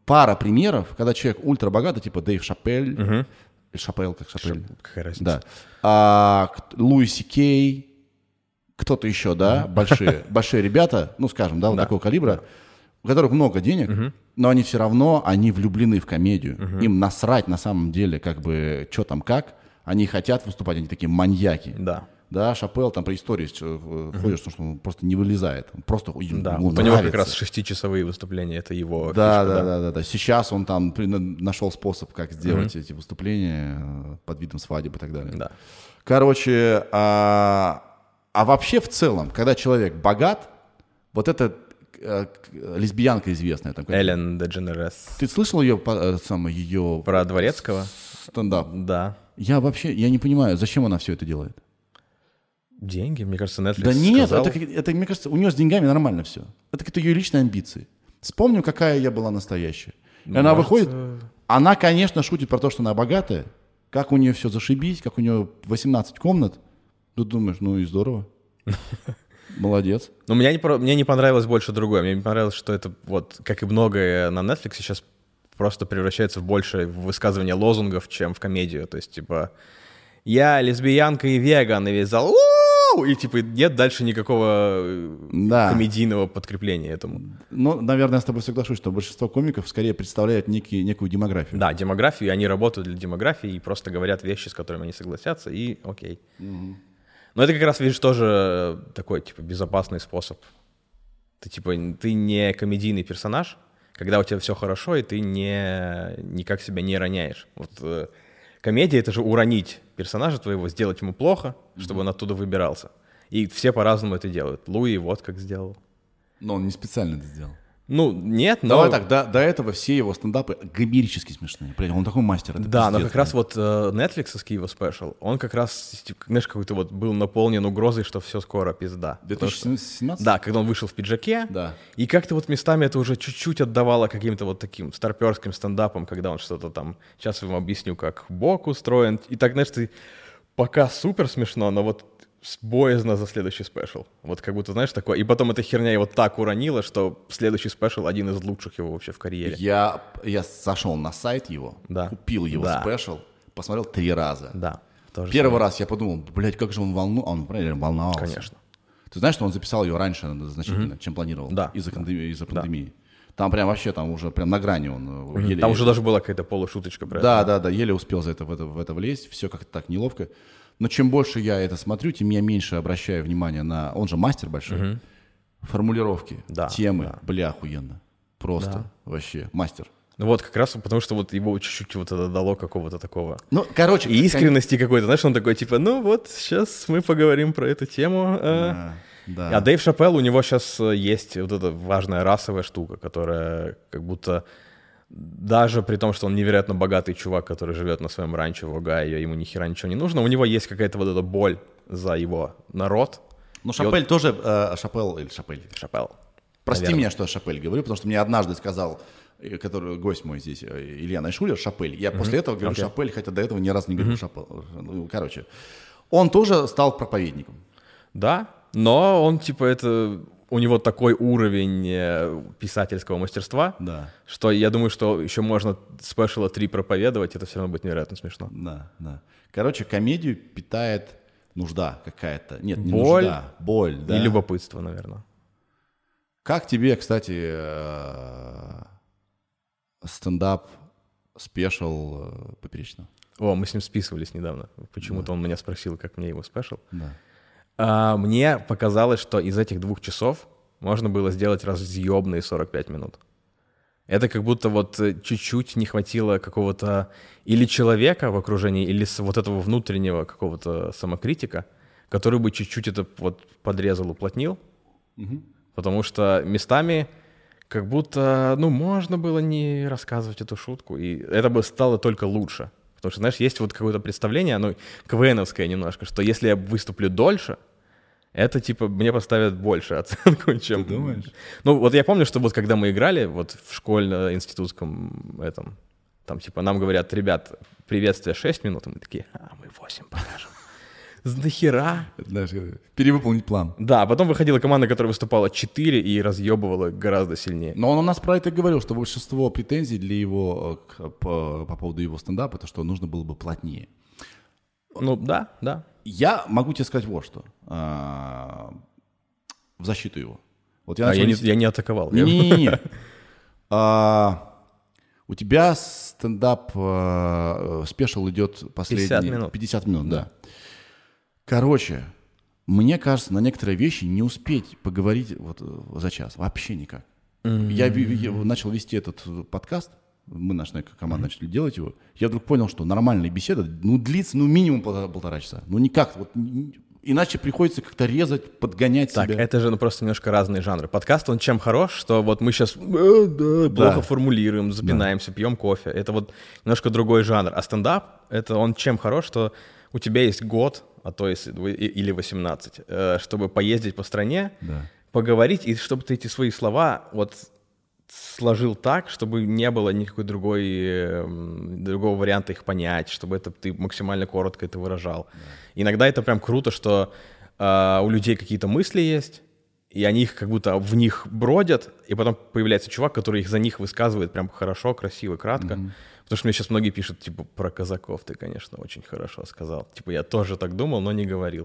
пара примеров, когда человек ультрабогатый, типа Дэйв Шапель, Угу. или Шапель, как Шапель, Шап- Какая разница? да, а, к- Луи Си Кей, кто-то еще, да, большие, большие ребята, ну, скажем, да, вот Да. такого калибра, у которых много денег, но они все равно, они влюблены в комедию. Им насрать на самом деле, как бы, что там как. Они хотят выступать, они такие маньяки. Да. Да, Шапел там про историю э, ходишь, что он просто не вылезает. Он просто ему Да, ему вот у него как нравится. раз шестичасовые выступления, это его Да, фишка, да, да, да, да. Сейчас он там при- на- нашел способ, как сделать эти выступления э, под видом свадеб и так далее. Да. Короче, а, а вообще в целом, когда человек богат, вот эта э, к- лесбиянка известная. Там, какая-то- Эллен Дедженерес. Ты слышал ее, по- э, самое, ее Про Дворецкого? стендап? Да. Я вообще, я не понимаю, зачем она все это делает. Деньги, мне кажется, Netflix Да нет, сказал. это, как- это, мне кажется, у нее с деньгами нормально все. Это какие-то ее личные амбиции. Вспомню, какая я была настоящая. И она Может, выходит, э, она, конечно, шутит про то, что она богатая, как у нее все зашибись, как у нее восемнадцать комнат. Ты думаешь, ну и здорово. Молодец. Ну, мне не, про- мне не понравилось больше другое. Мне не понравилось, что это, вот, как и многое на Netflix, сейчас просто превращается в больше в высказывание лозунгов, чем в комедию. То есть, типа, я лесбиянка и веган, и весь зал «У-у-у!» и, типа, нет дальше никакого э, Да. комедийного подкрепления этому. Ну, наверное, я с тобой соглашусь, что большинство комиков скорее представляют некий, некую демографию. Да, демографию, и они работают для демографии и просто говорят вещи, с которыми они согласятся, и окей. Но это как раз, видишь, тоже такой, типа, безопасный способ. Ты, типа, ты не комедийный персонаж, когда у тебя все хорошо, и ты не, никак себя не роняешь. Вот э, комедия — это же уронить персонажа твоего, сделать ему плохо, чтобы он оттуда выбирался. И все по-разному это делают. Луи вот как сделал. Но он не специально это сделал. Ну, нет, но... Давай так, до, до этого все его стендапы гомерически смешные. Блин, он такой мастер. это Да, но пиздец, как раз блин. вот э, Netflix его спешл, он как раз, типа, знаешь, какой-то вот был наполнен угрозой, что все скоро пизда. две Потому тысячи что- семнадцатый? Да, когда он вышел в пиджаке, Да. и как-то вот местами это уже чуть-чуть отдавало каким-то вот таким старперским стендапом, когда он что-то там, сейчас я вам объясню, как бок устроен, и так, знаешь, ты пока супер смешно, но вот с- боязно за следующий спешл. Вот как будто, знаешь, такое. И потом эта херня его так уронила, что следующий спешл один из лучших его вообще в карьере. Я, я зашел на сайт его, Да. купил его Да. спешл, посмотрел три раза. Да. тоже Первый самое. раз я подумал, блядь, как же он волну... Он, правильно, волновался. Конечно. Ты знаешь, что он записал ее раньше значительно, чем планировал? Да. Из-за, пандемии- из-за пандемии. Там прям вообще, там уже прям на грани он. э, еле- Там уже даже была какая-то полушуточка про Да, это. да, да, еле успел за это, в, это, в это влезть, все как-то так неловко. Но чем больше я это смотрю, тем я меньше обращаю внимание на... Он же мастер большой. Формулировки, Да, темы, да. бля, охуенно. Просто Да. вообще мастер. Ну вот как раз потому, что вот его чуть-чуть вот это дало какого-то такого Ну, короче... и искренности какой-то. Знаешь, он такой типа, ну вот сейчас мы поговорим про эту тему. э. Да, да. А Дэйв Шапелл, у него сейчас есть вот эта важная расовая штука, которая как будто даже при том, что он невероятно богатый чувак, который живет на своем ранчо в Огайо, ему ни хера ничего не нужно, у него есть какая-то вот эта боль за его народ. Ну, И Шапель тоже... э, Шапел или Шапель. Шапелл. Прости Наверное. меня, что я Шапель говорю, потому что мне однажды сказал, э, который гость мой здесь, э, Илья Найшулер, Шапель. Я после этого говорю Окей. Шапель, хотя до этого ни разу не говорил Шапель. Ну, короче, он тоже стал проповедником. Да, но он типа это... У него такой уровень э, писательского мастерства, Да, что я думаю, что еще можно спешала три проповедовать, это все равно будет невероятно смешно. да, да. Короче, комедию питает нужда какая-то. Нет, не Боль. нужда, боль, да. И любопытство, наверное. Как тебе, кстати, э, стендап, спешл э, Поперечного? О, мы с ним списывались недавно. Почему-то он меня спросил, как мне его спешл. Да. А, мне показалось, что из этих двух часов можно было сделать разъебные сорок пять минут. Это как будто вот э, чуть-чуть не хватило какого-то или человека в окружении, или с- вот этого внутреннего какого-то самокритика, который бы чуть-чуть это вот подрезал, уплотнил. Потому что местами как будто, ну, можно было не рассказывать эту шутку, и это бы стало только лучше. Потому что, знаешь, есть вот какое-то представление, оно КВНовское немножко, что если я выступлю дольше, это, типа, мне поставят больше оценку, чем... Ты думаешь? Ну, вот я помню, что вот когда мы играли вот в школьно-институтском этом, там, типа, нам говорят, ребят, приветствие шесть минут, и мы такие, а, мы восемь покажем. Нахера? Знаешь, перевыполнить план. Да, потом выходила команда, которая выступала четыре и разъебывала гораздо сильнее. Но он у нас про это и говорил, что большинство претензий для его, к- по, по поводу его стендапа, это что нужно было бы плотнее. Ну, да, да. Я могу тебе сказать вот что. а, в защиту его. Вот А начал я, не, вести- я не атаковал. Не-не-не. А, У тебя стендап а, спешл идет последний... пятьдесят минут. пятьдесят минут, да. Короче, мне кажется, на некоторые вещи не успеть поговорить вот э, за час. Вообще никак. Я, ви- я начал вести этот подкаст, мы, наша команда, начали делать его. Я вдруг понял, что нормальная беседа, ну, длится, ну, минимум полтора, полтора часа. Ну, никак. Вот, н- иначе приходится как-то резать, подгонять Так, себя. это же ну, просто немножко разные жанры. Подкаст, он чем хорош, что вот мы сейчас плохо Да. формулируем, запинаемся, пьем кофе. Это вот немножко другой жанр. А стендап, это он чем хорош, что у тебя есть год, а то есть и- или восемнадцать, э, чтобы поездить по стране, Да. поговорить, и чтобы ты эти свои слова вот сложил так, чтобы не было никакой другой, э, м, другого варианта их понять, чтобы это ты максимально коротко это выражал. Иногда это прям круто, что э, у людей какие-то мысли есть, и они их как будто в них бродят, и потом появляется чувак, который их за них высказывает прям хорошо, красиво, кратко. Потому что мне сейчас многие пишут, типа, про казаков ты, конечно, очень хорошо сказал. Типа, я тоже так думал, но не говорил.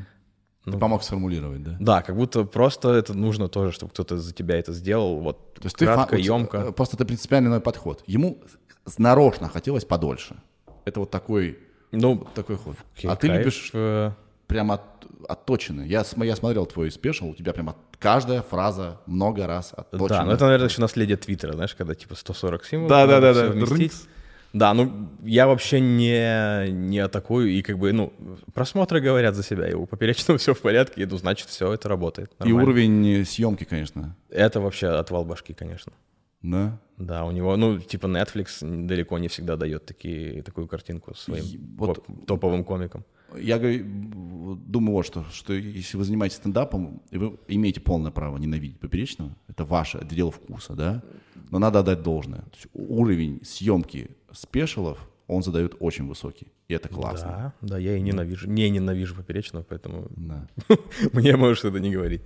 Ты помог сформулировать, да? Да, как будто просто это нужно тоже, чтобы кто-то за тебя это сделал, вот То есть ты кратко, фа- вот, емко. э, Просто это принципиальный иной подход. Ему с- нарочно хотелось подольше. Это вот такой, Ну, вот такой ход. окей, А ты кайф, любишь э, прям от, отточенный. Я, см- я смотрел твой спешл, у тебя прям от- каждая фраза много раз отточена. Да, но это, наверное, еще наследие Твиттера, знаешь, когда типа сто сорок символов. Да, да, надо да, всё да. вместить. Да, ну, я вообще не, не атакую, и как бы, ну, просмотры говорят за себя, и у Поперечного все в порядке, иду, значит, все, это работает. И нормально. уровень э, съемки, конечно. Это вообще отвал башки, конечно. Да? Да, у него, ну, типа Netflix далеко не всегда дает такие, такую картинку своим И вот- топ- топовым комикам. Я говорю, вот думаю вот что, что если вы занимаетесь стендапом, и вы имеете полное право ненавидеть Поперечного, это ваше, это дело вкуса, да? Но надо отдать должное. То есть уровень съемки спешалов, он задает очень высокий. И это классно. Да, да, я и ненавижу, не ненавижу Поперечного, поэтому Да. мне можешь это не говорить.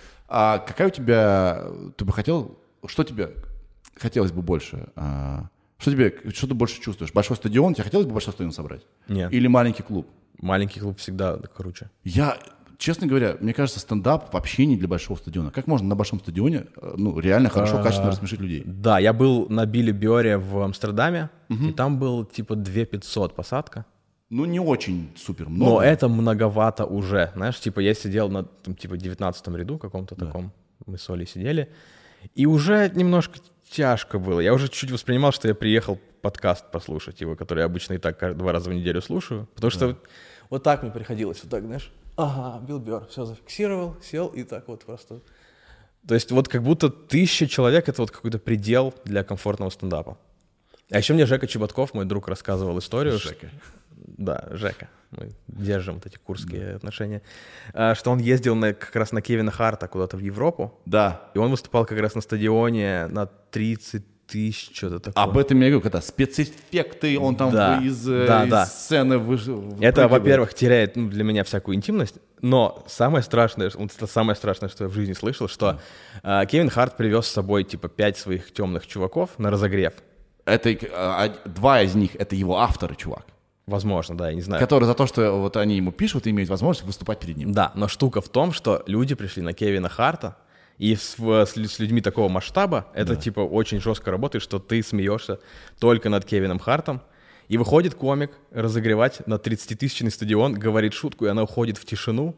А какая у тебя, ты бы хотел, что тебе хотелось бы больше? а, Что тебе, что ты больше чувствуешь? Большой стадион? Тебе хотелось бы большой стадион собрать? Нет, Или маленький клуб? маленький клуб всегда круче. Я, честно говоря, мне кажется, стендап вообще не для большого стадиона. Как можно на большом стадионе, э, ну, реально хорошо, качественно рассмешить людей? Да, я был на Билли Бёре в Амстердаме, и там был типа две тысячи пятьсот посадка. Ну, не очень супер Но много. это многовато уже. Знаешь, типа я сидел на там, типа девятнадцатом ряду каком-то таком, мы с Олей сидели, и уже немножко тяжко было. Я уже чуть воспринимал, что я приехал подкаст послушать его, который я обычно и так кар- два раза в неделю слушаю, потому что вот, вот так мне приходилось, вот так, знаешь, ага, Билл Бёрр, все зафиксировал, сел и так вот просто. То есть вот как будто тысяча человек — это вот какой-то предел для комфортного стендапа. А еще мне Жека Чеботков, мой друг, рассказывал историю. Жека. Что... Да, Жека. Мы держим вот эти курские отношения. А, Что он ездил на, как раз на Кевина Харта куда-то в Европу. Да. И он выступал как раз на стадионе на тридцать тысяч, что-то такое. Об этом я говорю, когда спецэффекты, он там Да, вы- из, э, да, из да. сцены выш... Это, выпрыгивает. во-первых, теряет ну, для меня всякую интимность, но самое страшное, вот это самое страшное, что я в жизни слышал, что а, Кевин Харт привез с собой типа пять своих темных чуваков на разогрев. Это, э, а, два из них, это его авторы, чувак. Возможно, да, я не знаю. Которые за то, что вот они ему пишут, имеют возможность выступать перед ним. Да, но штука в том, что люди пришли на Кевина Харта, и с, в- с лю- с людьми такого масштаба это типа очень жестко работает, что ты смеешься только над Кевином Хартом, и выходит комик разогревать на тридцатитысячный стадион, говорит шутку, и она уходит в тишину.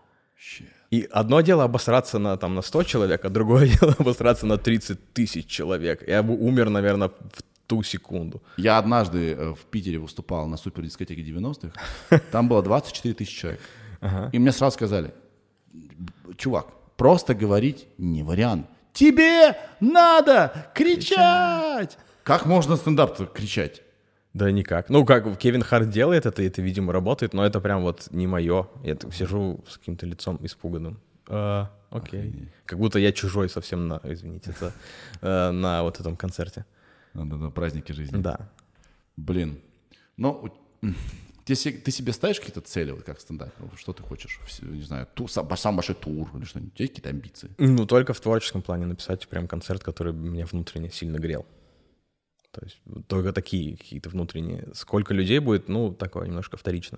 И одно дело обосраться на, там, на сто человек, а другое дело обосраться на тридцать тысяч человек. Я бы умер, наверное, в ту секунду. Я однажды э, в Питере выступал на супердискотеке девяностых. Там было двадцать четыре тысячи человек. И мне сразу сказали, чувак, просто говорить не вариант. Тебе надо кричать! Как можно стендап-то кричать? Да никак. Ну, как Кевин Харт делает это, и это, видимо, работает, но это прям вот не мое. Я так сижу с каким-то лицом испуганным. А, окей. Как будто я чужой совсем на, извините, за, э, на вот этом концерте. На, на- на празднике жизни. Да. Блин. Ну, у- Ты, се- ты себе ставишь какие-то цели, вот как стендап? Что ты хочешь? Все, не знаю, ту, сам, самый большой тур или что-нибудь? У тебя есть какие-то амбиции? Ну, только в творческом плане написать прям концерт, который меня внутренне сильно грел. То есть только такие какие-то внутренние. Сколько людей будет, ну, такое немножко вторично.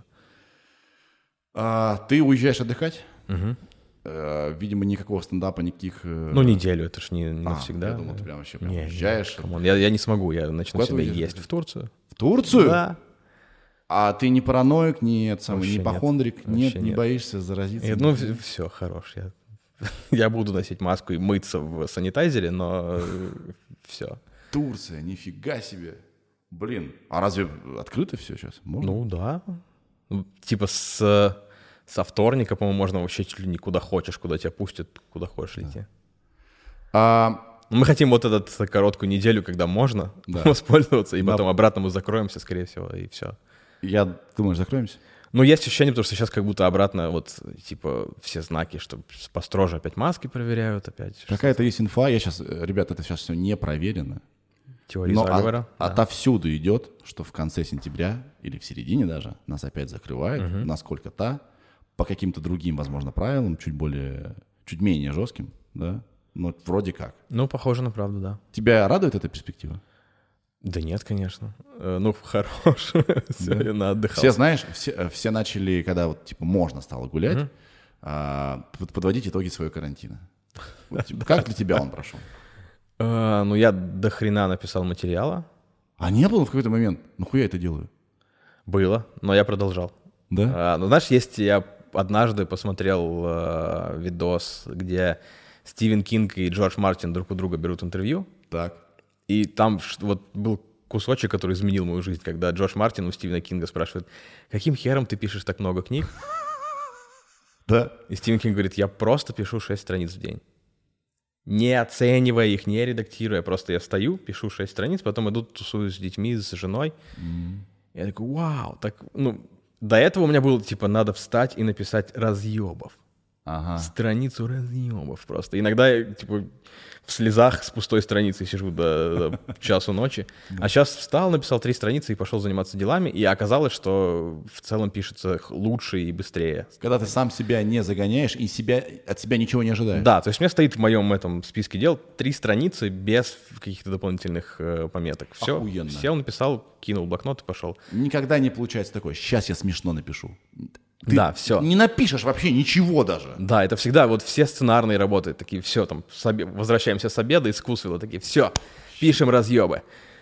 А, ты уезжаешь отдыхать? Угу. А, видимо, никакого стендапа, никаких... э, Ну, неделю, это ж не а, навсегда. я думал, ты прям вообще прям Не, уезжаешь. не, камон, я, я не смогу, я начну Куда ты себя уедешь? есть в Турцию. В Турцию? Да. А ты не параноик, не, самый, Вообще не нет. ипохондрик, нет, Вообще не нет. боишься заразиться? Нет, ну, все, хорош. Я, я буду носить маску и мыться в санитайзере, но все. Турция, нифига себе. Блин, а разве открыто все сейчас? Можно? Ну, да. Ну, типа с, со вторника, по-моему, можно вообще чуть ли не куда хочешь, куда тебя пустят, куда хочешь лети. А, Ну, мы хотим вот эту короткую неделю, когда можно Да. воспользоваться, и Да. потом обратно мы закроемся, скорее всего, и все. я, думаешь, закроемся? Ну, есть ощущение, потому что сейчас как будто обратно вот, типа, все знаки, что построже опять маски проверяют, опять Какая-то есть инфа, я сейчас, ребят, это сейчас все не проверено. теории Но заговора. от- Да. отовсюду идет, что в конце сентября или в середине даже нас опять закрывают, Мгм. насколько-то, по каким-то другим, возможно, правилам, чуть более, чуть менее жестким, да? Но вроде как. Ну, похоже на правду, да. Тебя радует эта перспектива? Да нет, конечно. Э, Ну, хорош. Все, я наотдыхал. Все, знаешь, все, э, все начали, когда вот, типа, можно стало гулять, Мгм. а, под- подводить итоги своего карантина. Вот, типа, как для тебя он прошел? Э, Ну, я до хрена написал материала. А не было в какой-то момент, нахуя я это делаю? Было, но я продолжал. Да? А, Ну, знаешь, есть, я однажды посмотрел э, видос, где Стивен Кинг и Джордж Мартин друг у друга берут интервью, Так. и там ш- вот был кусочек, который изменил мою жизнь, когда Джордж Мартин у Стивена Кинга спрашивает, каким хером ты пишешь так много книг? Да. И Стивен Кинг говорит, я просто пишу шесть страниц в день. Не оценивая их, не редактируя, просто я встаю, пишу шесть страниц, потом иду тусуюсь с детьми, с женой. Я такой, вау, так, ну, до этого у меня было, типа, надо встать и написать разъебов. Ага. Страницу разъемов просто. Иногда я, типа, в слезах с пустой страницей сижу до, до часу ночи. А сейчас встал, написал три страницы и пошел заниматься делами. И оказалось, что в целом пишется х- лучше и быстрее. Когда ты сам себя не загоняешь и себя, от себя ничего не ожидаешь. Да, то есть у меня стоит в моем этом списке дел три страницы без каких-то дополнительных э, пометок. Все, Охуенно. сел, написал, кинул блокнот и пошел. Никогда не получается такое, сейчас я смешно напишу. Ты Да, всё. не напишешь вообще ничего даже. Да, это всегда вот все сценарные работы такие, все, там, с обе- возвращаемся с обеда из Кусвилла, такие, все, пишем разъебы.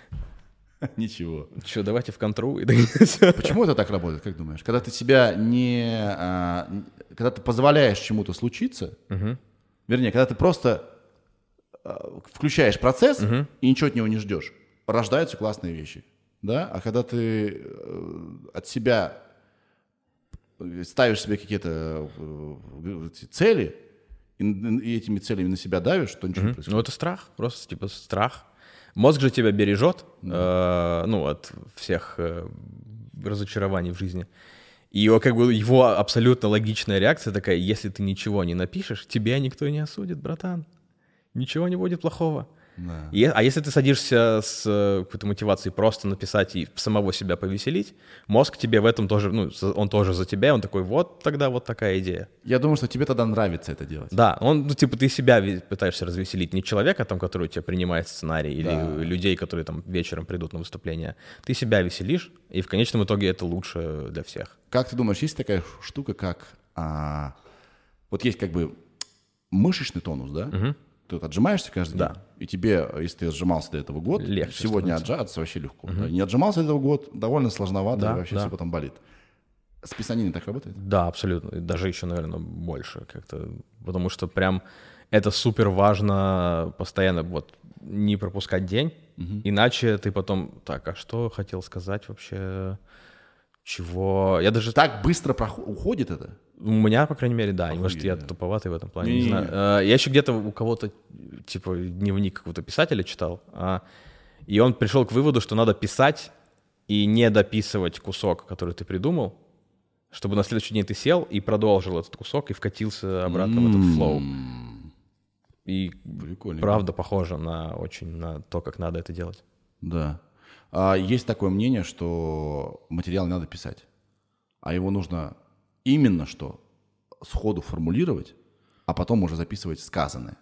Ничего. Че, давайте в контру. И такие, всё. Почему это так работает, как думаешь? Когда ты себя не... а, н- когда ты позволяешь чему-то случиться, Мгм. вернее, когда ты просто а, включаешь процесс Мгм. и ничего от него не ждешь, рождаются классные вещи. Да? А когда ты э, от себя ставишь себе какие-то э, эти цели и, н- и этими целями на себя давишь, то ничего не Ну, происходит. это страх, просто типа страх. Мозг же тебя бережет, э, ну, от всех э, разочарований в жизни. И его, как бы, его абсолютно логичная реакция такая, если ты ничего не напишешь, тебя никто не осудит, братан. Ничего не будет плохого. Да. И- а если ты садишься с э, какой-то мотивацией просто написать и самого себя повеселить, мозг тебе в этом тоже, ну, за- он тоже за тебя, он такой, вот тогда вот такая идея. Я думаю, что тебе тогда нравится это делать. Да, он, ну, типа, ты себя ви- пытаешься развеселить, не человека, там, который у тебя принимает сценарий, или Да. людей, которые там вечером придут на выступление. Ты себя веселишь, и в конечном итоге это лучше для всех. Как ты думаешь, есть такая штука, как... а, вот есть как бы мышечный тонус, да? Мгм. Ты вот отжимаешься каждый Да. день, и тебе, если ты отжимался до этого год, Легче сегодня становится. отжаться вообще легко. Да? Не отжимался до этого год, довольно сложновато, Да, и вообще да. все потом болит. С писаниной так работает? Да, абсолютно. И даже еще, наверное, больше как-то. Потому что прям это супер важно постоянно вот не пропускать день, иначе ты потом, так, а что хотел сказать вообще? Чего? Я даже... Так быстро проход- уходит это? У меня, по крайней мере, да. Может, я Охуенно. туповатый в этом плане, не Не-не-не. знаю. Э, Я еще где-то у кого-то, типа, дневник какого-то писателя читал, а, и он пришел к выводу, что надо писать и не дописывать кусок, который ты придумал, чтобы на следующий день ты сел и продолжил этот кусок и вкатился обратно в этот флоу. М, И Прикольно. правда похоже на очень на то, как надо это делать. Да. А есть такое мнение, что материал не надо писать. а его нужно именно что сходу формулировать, а потом уже записывать сказанное.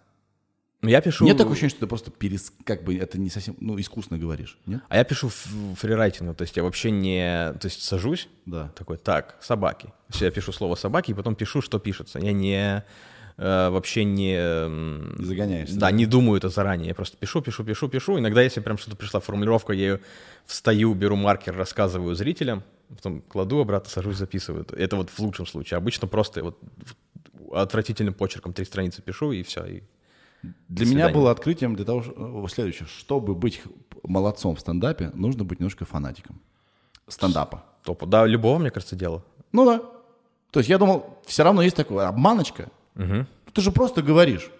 Я пишу... Нет такого ощущения, что ты просто перес... как бы это не совсем, ну, искусно говоришь, нет? А я пишу в фрирайтинге, то есть я вообще не... То есть сажусь, да. такой, так, собаки. Все, я пишу слово собаки, и потом пишу, что пишется. Я не... Э, вообще не... Не загоняешься. Да, да, не думаю это заранее. Я просто пишу, пишу, пишу, пишу. Иногда, если прям что-то пришла формулировка, я ее встаю, беру маркер, рассказываю зрителям, потом кладу обратно, сажусь, записываю. Это вот в лучшем случае. Обычно просто вот отвратительным почерком три страницы пишу, и все, и... Для меня было открытием для того, что, следующее, чтобы быть молодцом в стендапе, нужно быть немножко фанатиком стендапа. Топу. Да, любого, мне кажется, дело. Ну да. То есть я думал, все равно есть такая обманочка. Угу. Ты же просто говоришь.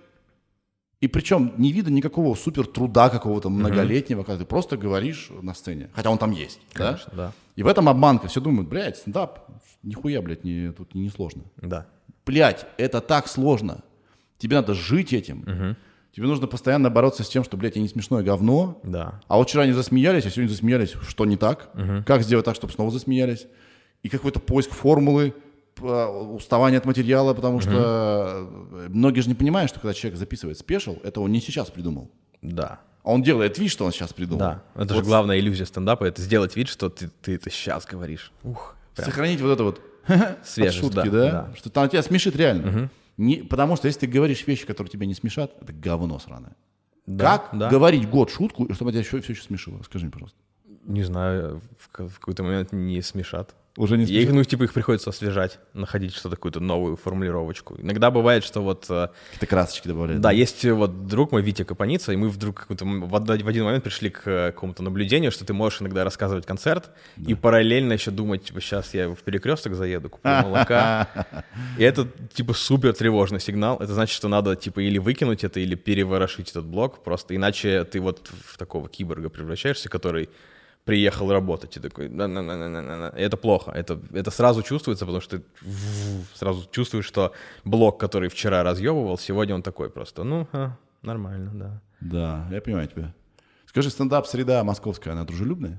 И причем не видно никакого супер труда какого-то многолетнего, когда ты просто говоришь на сцене. Хотя он там есть. Конечно, да? да. И в этом обманка. Все думают, блядь, стендап, нихуя, блядь, не, тут не сложно. Да. Блядь, это так сложно. Тебе надо жить этим. Угу. Тебе нужно постоянно бороться с тем, что, блядь, я не смешное говно. Да. А вот вчера они засмеялись, а сегодня засмеялись. Что не так? Угу. Как сделать так, чтобы снова засмеялись? И какой-то поиск формулы, уставание от материала, потому угу. что многие же не понимают, что когда человек записывает спешл, это он не сейчас придумал. Да. А он делает вид, что он сейчас придумал. Да. Это вот же главная иллюзия стендапа, это сделать вид, что ты, ты это сейчас говоришь. Ух, прям. Сохранить вот это вот свежесть, шутки, да, да? да. Что там тебя смешит реально. Угу. Не, потому что если ты говоришь вещи, которые тебя не смешат, это говно сраное. Да, как да. говорить год шутку, чтобы тебя все, все еще смешило? Скажи мне, пожалуйста. Не знаю, в, в какой-то момент не смешат. Уже не смешат? Их, ну, типа, их приходится освежать, находить что-то, какую-то новую формулировочку. Иногда бывает, что вот... Какие-то красочки добавляют. Да, да, есть вот друг мой, Витя Капаница, и мы вдруг в один момент пришли к какому-то наблюдению, что ты можешь иногда рассказывать концерт, да. и параллельно еще думать, типа, сейчас я в перекресток заеду, куплю молока. И это, типа, супер тревожный сигнал. Это значит, что надо, типа, или выкинуть это, или переворошить этот блок, просто иначе ты вот в такого киборга превращаешься, который... приехал работать, и такой, на-на-на-на-на-на. И это плохо, это, это сразу чувствуется, потому что ты сразу чувствуешь, что блок, который вчера разъебывал, сегодня он такой просто, ну, а, нормально, да. Да, я понимаю тебя. Скажи, стендап-среда московская, она дружелюбная?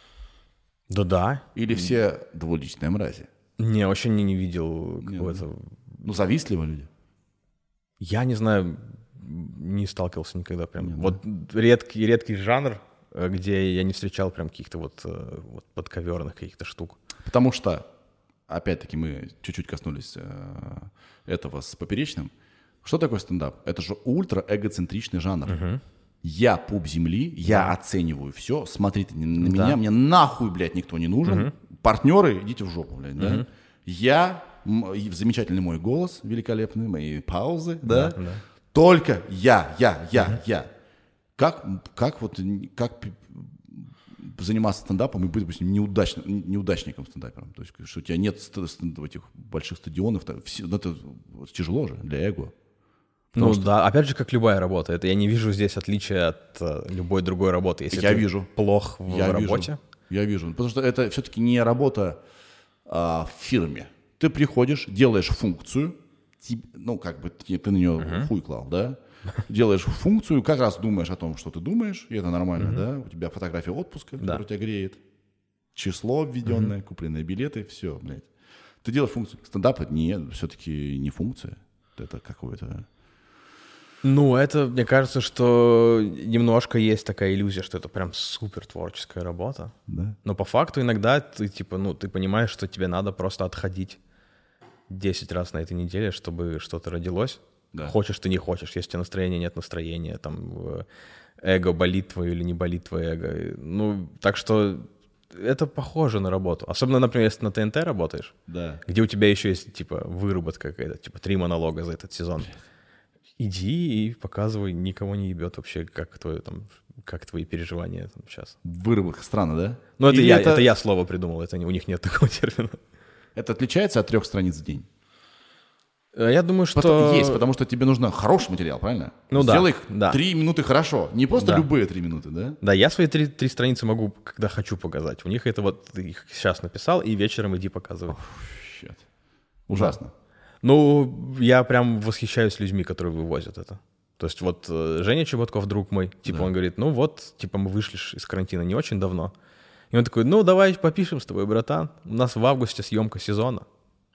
Да-да. Или все двуличные мрази? Не, вообще не, не видел какого-то... Не, ну, завистливые люди? Я не знаю, не сталкивался никогда прям. Нет, вот да? редкий, редкий жанр, где я не встречал прям каких-то вот, вот подковерных каких-то штук. Потому что, опять-таки, мы чуть-чуть коснулись э, этого с Поперечным. Что такое стендап? Это же ультра-эгоцентричный жанр. Угу. Я пуп земли, я да. оцениваю все, смотрите на меня, да. мне нахуй, блядь, никто не нужен. Угу. Партнеры, идите в жопу, блядь, угу. да? Я, м- замечательный мой голос, великолепный, мои паузы, да? да? да. Только я, я, я, угу. я. Как, как, вот, как заниматься стендапом и быть, допустим, неудачным, неудачником стендапером? То есть, что у тебя нет ст- ст- этих больших стадионов, все, ну, это тяжело же для эго. Потому ну что... да, опять же, как любая работа. Это я не вижу здесь отличия от uh, любой другой работы. Если я ты вижу. плох в я работе. Вижу. Я вижу. Потому что это все-таки не работа а, в фирме. Ты приходишь, делаешь функцию, тебе, ну, как бы ты, ты на нее uh-huh. хуй клал, да? Делаешь функцию, как раз думаешь о том, что ты думаешь, и это нормально, uh-huh. да? У тебя фотография отпуска, да. которая тебя греет, число введенное, uh-huh. купленные билеты, все, блядь. Ты делаешь функцию. Стендап — нет, все-таки не функция. Это какое-то... Ну, это, мне кажется, что немножко есть такая иллюзия, что это прям супер творческая работа. Да. Но по факту иногда ты, типа, ну, ты понимаешь, что тебе надо просто отходить десять раз на этой неделе, чтобы что-то родилось. Да. Хочешь ты, не хочешь. Если у тебя настроения, нет настроения, там, эго болит твое или не болит твое эго. Ну, так что это похоже на работу. Особенно, например, если на ТНТ работаешь, да. где у тебя еще есть, типа, выработка какая-то, типа, три монолога за этот сезон. Иди и показывай, никого не ебет вообще, как, твое, там, как твои переживания там, сейчас. Выработка, странно, да? Ну, это я, это... это я слово придумал, это не, у них нет такого термина. Это отличается от трех страниц в день? Я думаю, что... Потому, есть, потому что тебе нужно хороший материал, правильно? Ну Сделай да. их да. три минуты хорошо, не просто да. любые три минуты, да? Да, я свои три, три страницы могу, когда хочу, показать. У них это вот, ты их сейчас написал, и вечером иди показывай. Oh, shit. Ужасно. Да. Ну, я прям восхищаюсь людьми, которые вывозят это. То есть вот Женя Чеботков, друг мой, типа да. он говорит, ну вот, типа мы вышли из карантина не очень давно, И он такой, ну, давай попишем с тобой, братан. У нас в августе съемка сезона.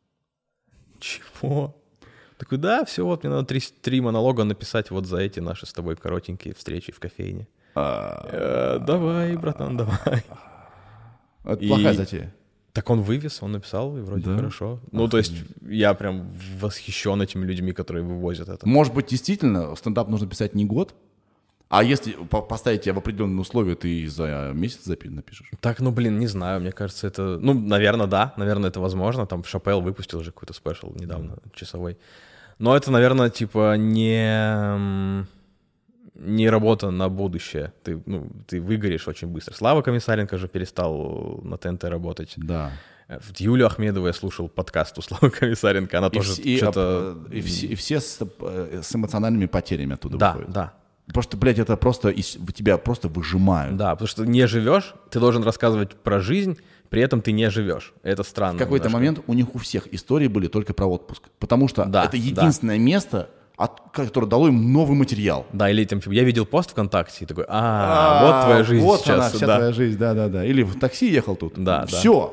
Чего? Такой, да, все, вот мне надо три, три монолога написать вот за эти наши с тобой коротенькие встречи в кофейне. Э, давай, братан, давай. Это И- плохая затея. Так он вывез, он написал, и вроде Да? хорошо. Ну, то есть я прям восхищен этими людьми, которые вывозят это. Может быть, действительно, стендап нужно писать не год, а если по- поставить тебя в определенные условия, ты за месяц запи- напишешь. Так, ну, блин, не знаю, мне кажется, это... Ну, наверное, да, наверное, это возможно. Там Шапел выпустил же какой-то спешл недавно, часовой. Но это, наверное, типа не... м, не работа на будущее. Ты, ну, ты выгоришь очень быстро. Слава Комиссаренко же перестал на ТНТ работать. Да. Вот Юлю Ахмедову я слушал подкаст у Славы Комиссаренко, она И, тоже вс- и, что-то... об- и все, и все с, э, с эмоциональными потерями оттуда Да, выходят. да. Потому что, блядь, это просто из, тебя просто выжимают. Да, потому что не живешь, ты должен рассказывать про жизнь, при этом ты не живешь. Это странно. В какой-то немножко. момент у них у всех истории были только про отпуск. Потому что Да, это да. единственное место, от, которое дало им новый материал. Да, или там, типа, я видел пост ВКонтакте и такой, а, вот твоя жизнь вот сейчас. она, вся да. твоя жизнь, да-да-да. Или в такси ехал тут. Да, да. Все.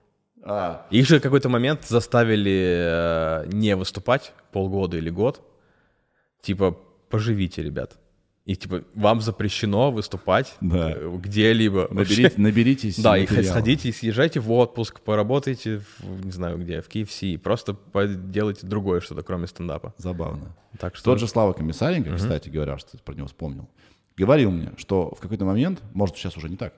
Их же в какой-то момент заставили э, не выступать полгода или год. Типа, поживите, ребят. И типа, вам запрещено выступать Да. э, где-либо. Наберите, Вообще. наберитесь Да, и материала. сходите, съезжайте в отпуск, поработайте, в, не знаю где, в кей эф си, просто поделайте другое что-то, кроме стендапа. Забавно. Так что... Тот же Слава Комиссаренко, кстати говоря, что ты про него вспомнил, говорил мне, что в какой-то момент, может, сейчас уже не так,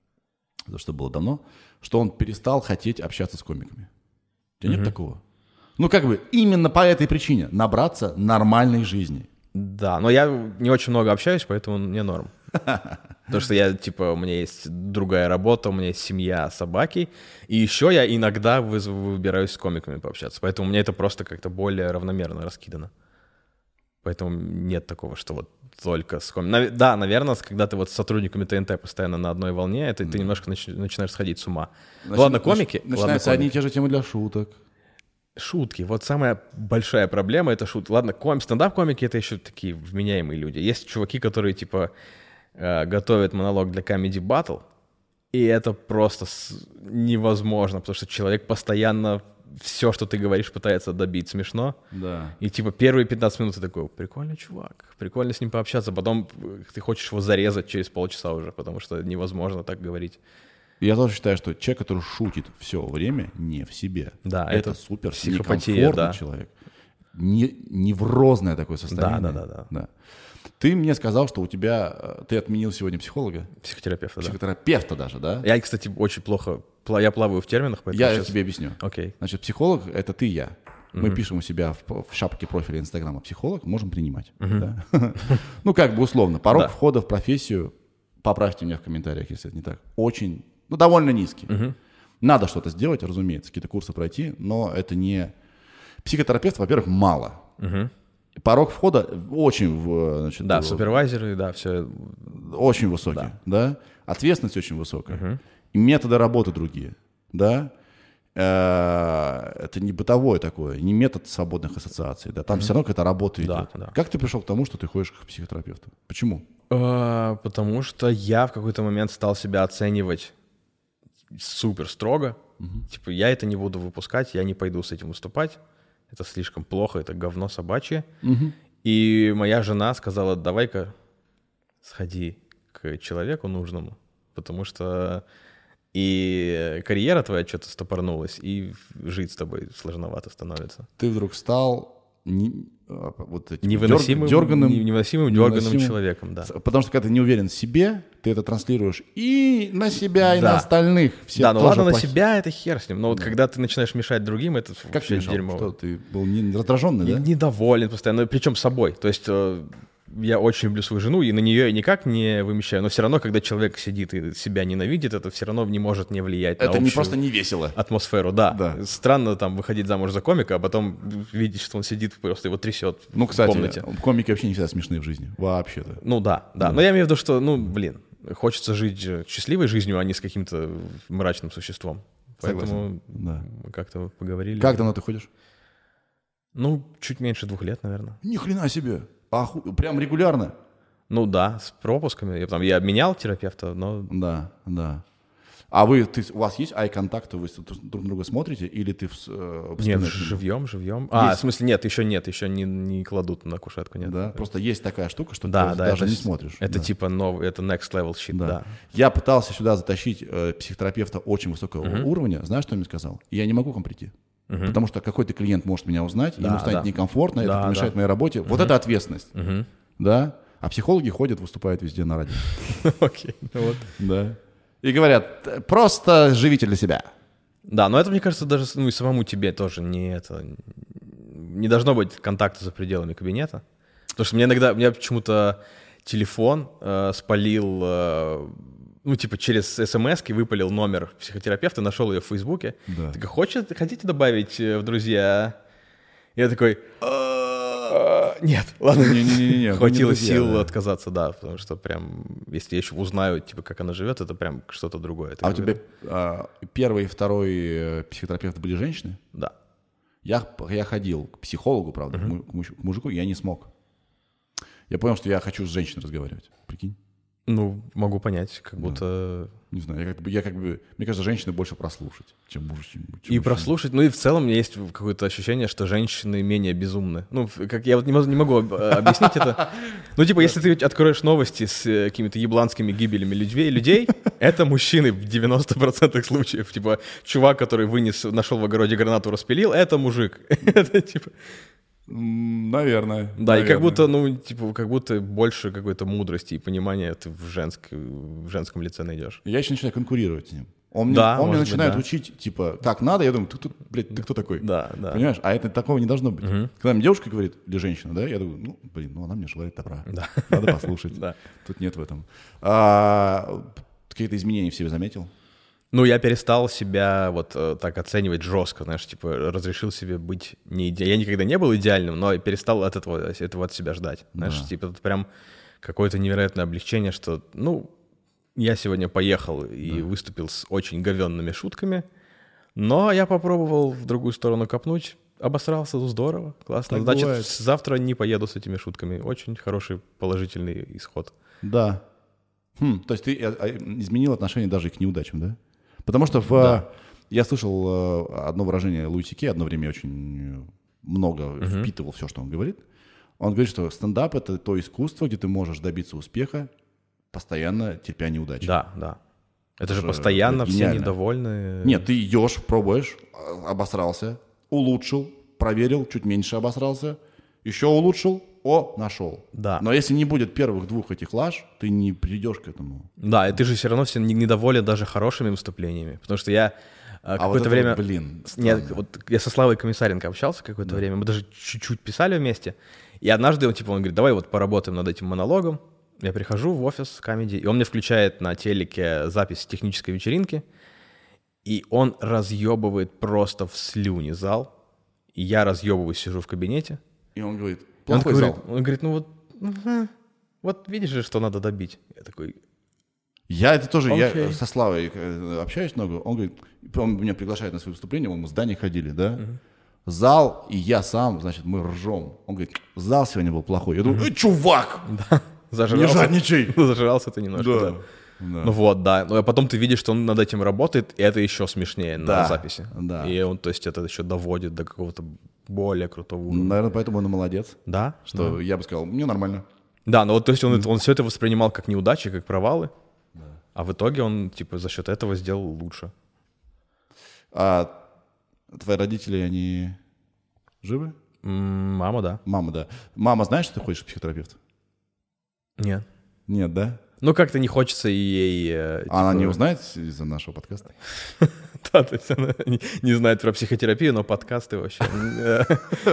за что было давно, что он перестал хотеть общаться с комиками. У тебя нет такого? Ну, как бы, именно по этой причине набраться нормальной жизни. Да, но я не очень много общаюсь, поэтому мне норм. Потому что я, типа, у меня есть другая работа, у меня есть семья, собаки, и еще я иногда выз- выбираюсь с комиками пообщаться, поэтому у меня это просто как-то более равномерно раскидано. Поэтому нет такого, что вот только с комиками. Да, наверное, когда ты вот с сотрудниками ТНТ постоянно на одной волне, это ты немножко нач- начинаешь сходить с ума. Начи- Ладно, комики. нач- ладно, Начинаются одни и комики. те же темы для шуток. Шутки. Вот самая большая проблема — это шутки. Ладно, ком... стендап-комики — это еще такие вменяемые люди. Есть чуваки, которые, типа, э, готовят монолог для Comedy Battle, и это просто с- невозможно, потому что человек постоянно все, что ты говоришь, пытается добить смешно. Да. И, типа, первые пятнадцать минут ты такой, прикольный чувак, прикольно с ним пообщаться. Потом э, ты хочешь его зарезать через полчаса уже, потому что невозможно так говорить. Я тоже считаю, что человек, который шутит все время, не в себе. Да, это, это супер психопатия, некомфортный да. человек. Не, неврозное такое состояние. Да, да, да, да. Ты мне сказал, что у тебя... э, Ты отменил сегодня психолога, Психотерапевт, да. психотерапевта даже, да? Я, кстати, очень плохо... пла- Я плаваю в терминах, поэтому Я сейчас... тебе объясню. Окей. Значит, психолог — это ты и я. Мы пишем у себя в, в шапке профиля Инстаграма «Психолог», можем принимать. Да? Ну, как бы условно. Порог Да. входа в профессию, поправьте меня в комментариях, если это не так, очень, ну, довольно низкий. Надо что-то сделать, разумеется, какие-то курсы пройти, но это не... Психотерапевт, во-первых, мало. Порог входа очень, в, значит, Да, в- супервайзеры, да, все. очень высокий, да. Ответственность очень высокая. И методы работы другие, да. Э, Это не бытовое такое, не метод свободных ассоциаций, да. Там все равно какая-то работа Да, идет. да. Как ты пришел к тому, что ты ходишь к психотерапевту? Почему? А, потому что я в какой-то момент стал себя оценивать супер строго. Типа, я это не буду выпускать, я не пойду с этим выступать. Это слишком плохо, это говно собачье. И моя жена сказала, давай-ка сходи к человеку нужному, потому что и карьера твоя что-то стопорнулась, и жить с тобой сложновато становится. Ты вдруг стал не, э, вот этим Невыносимым, дерганым, не- невыносимым, дерганым невыносимым. человеком, да. Потому что когда ты не уверен в себе, ты это транслируешь и на себя, и Да. на остальных. Все да, ну тоже ладно, на плохи. себя это хер с ним. Но вот когда ты начинаешь мешать другим, это Как ты вообще мешал? дерьмо. Что, ты был не, раздраженный, Не- да? Недоволен постоянно, причем собой. То есть э, я очень люблю свою жену, и на нее я никак не вымещаю, но все равно, когда человек сидит и себя ненавидит, это все равно не может не влиять на Это не общую просто не весело. атмосферу. Да. Да. Странно там выходить замуж за комика, а потом видеть, что он сидит, просто его трясет Ну, в кстати, комнате. комики вообще не всегда смешные в жизни. Вообще-то. Ну да, да. Но я имею в виду, что, ну, блин, хочется жить э, счастливой жизнью, а не с каким-то мрачным существом. Поэтому Согласен. Да. мы как-то поговорили. Как давно ты ходишь? Ну, чуть меньше двух лет, наверное. Ни хрена себе. Оху- Прям регулярно. Ну да, с пропусками. Я, там, я обменял терапевта, но Да, да. А вы, ты, у вас есть ай-контакт, вы друг друга смотрите, или ты... В, э, нет, живьем, живьем. А, есть. в смысле, нет, еще нет, еще не, не кладут на кушетку, нет. Да, просто есть такая штука, что да, ты да, даже это, не смотришь. Это да. типа новый, это next level shit, да. да. Я пытался сюда затащить э, психотерапевта очень высокого uh-huh. уровня. Знаешь, что он мне сказал? Я не могу к вам прийти. Uh-huh. Потому что какой-то клиент может меня узнать, да, ему станет да. некомфортно, да, это помешает да. моей работе. Uh-huh. Вот это ответственность. Uh-huh. Да? А психологи ходят, выступают везде на радио. Окей, вот. Да. И говорят, просто живите для себя. Да, но это, мне кажется, даже ну, и самому тебе тоже не это... Не должно быть контакта за пределами кабинета. Потому что мне иногда... У меня почему-то телефон э, спалил... Э, ну, типа, через смс-ки выпалил номер психотерапевта, нашел ее в Фейсбуке. Да. Такой, хочет, хотите добавить в друзья? Я такой... Нет, ладно. Не-не-не, Хватило друзья, сил да. отказаться, да, потому что прям, если я еще узнаю, типа, как она живет, это прям что-то другое. А у тебя а, первый и второй э, психотерапевты были женщины? Да. Я, я ходил к психологу, правда, uh-huh. к, муж, к мужику, я не смог. Я понял, что я хочу с женщиной разговаривать. Прикинь? Ну, могу понять, как Да. будто... Не знаю, я как, бы, я как бы... Мне кажется, женщины больше прослушать, чем муж. Чем, чем И мужчина. прослушать, ну и в целом у меня есть какое-то ощущение, что женщины менее безумны. Ну, как я вот не могу, не могу объяснить это. Ну, типа, если ты откроешь новости с э, какими-то ебланскими гибелями людей, людей, это мужчины в девяноста процентах случаев. Типа, чувак, который вынес, нашел в огороде гранату, распилил, это мужик. Это типа... Наверное. Да, наверное. и как будто, ну, типа, как будто больше какой-то мудрости и понимания ты в, женск... в женском лице найдешь. Я еще начинаю конкурировать с ним. Он мне, Да, он мне может начинает быть, да. учить, типа, как надо. Я думаю, ты, ты, блядь, ты кто такой? Да, да. Понимаешь? А это такого не должно быть. Мгм. Когда мне девушка говорит, или женщина, да, я думаю, ну, блин, ну она мне желает добра. Да. Надо послушать. Да. Тут нет в этом. А, какие-то изменения в себе заметил? Ну, я перестал себя вот э, так оценивать жестко, знаешь, типа разрешил себе быть не идеальным. Я никогда не был идеальным, но перестал от этого, этого от себя ждать. Знаешь, Да. типа это прям какое-то невероятное облегчение, что, ну, я сегодня поехал и Да. выступил с очень говенными шутками, но я попробовал в другую сторону копнуть, обосрался, здорово, классно. Так Значит, бывает. завтра не поеду с этими шутками. Очень хороший положительный исход. Да. Хм, то есть ты э, э, изменил отношение даже и к неудачам, да? Потому что в, Да. я слышал э, одно выражение Луи Си Кей, одно время я очень много Мгм. впитывал все, что он говорит. Он говорит, что стендап — это то искусство, где ты можешь добиться успеха, постоянно терпя неудачи. Да, да. Это же же, постоянно это все гениально. недовольны. Нет, ты идешь, пробуешь, а, обосрался, улучшил, проверил, чуть меньше обосрался, еще улучшил, о, нашел. Да. Но если не будет первых двух этих лаж, ты не придешь к этому. Да, и ты же все равно все не- недоволен даже хорошими выступлениями. Потому что я э, А вот какое-то это время... вот, блин, Нет, странно. вот я со Славой Комиссаренко общался какое-то время, мы даже чуть-чуть писали вместе. И однажды он, типа, он говорит, давай вот поработаем над этим монологом. Я прихожу в офис Comedy, и он мне включает на телеке запись технической вечеринки, и он разъебывает просто в слюни зал. И я разъебываюсь, сижу в кабинете. И он говорит, И он, плохой говорит, зал. он говорит, ну вот, угу, вот видишь же, что надо добить. Я такой, Я это тоже, я Окей. со Славой э, общаюсь много, он говорит, он меня приглашает на свои выступления, мы в здание ходили, да, зал, и я сам, значит, мы ржем. Он говорит, зал сегодня был плохой. Я думаю, «Эй, чувак, не зажрался. жадничай. Зажрался ты немножко, да. Да. Да. Ну вот, да. Ну, а потом ты видишь, что он над этим работает, и это еще смешнее Да, на записи. да. И он, то есть, это еще доводит до какого-то более крутого уровня. Наверное, поэтому он и молодец, Да? что я бы сказал, мне нормально. Да, ну вот, то есть, он, это- он все это воспринимал как неудачи, как провалы, а в итоге он, типа, за счет этого сделал лучше. А твои родители, они живы? М, Мама, да. Мама, да. Мама знает, что ты ходишь к психотерапевту? Нет. Нет, да? Ну, как-то не хочется ей... э, А она типа- не узнает из-за нашего подкаста? Да, то есть она не, не знает про психотерапию, но подкасты вообще... э,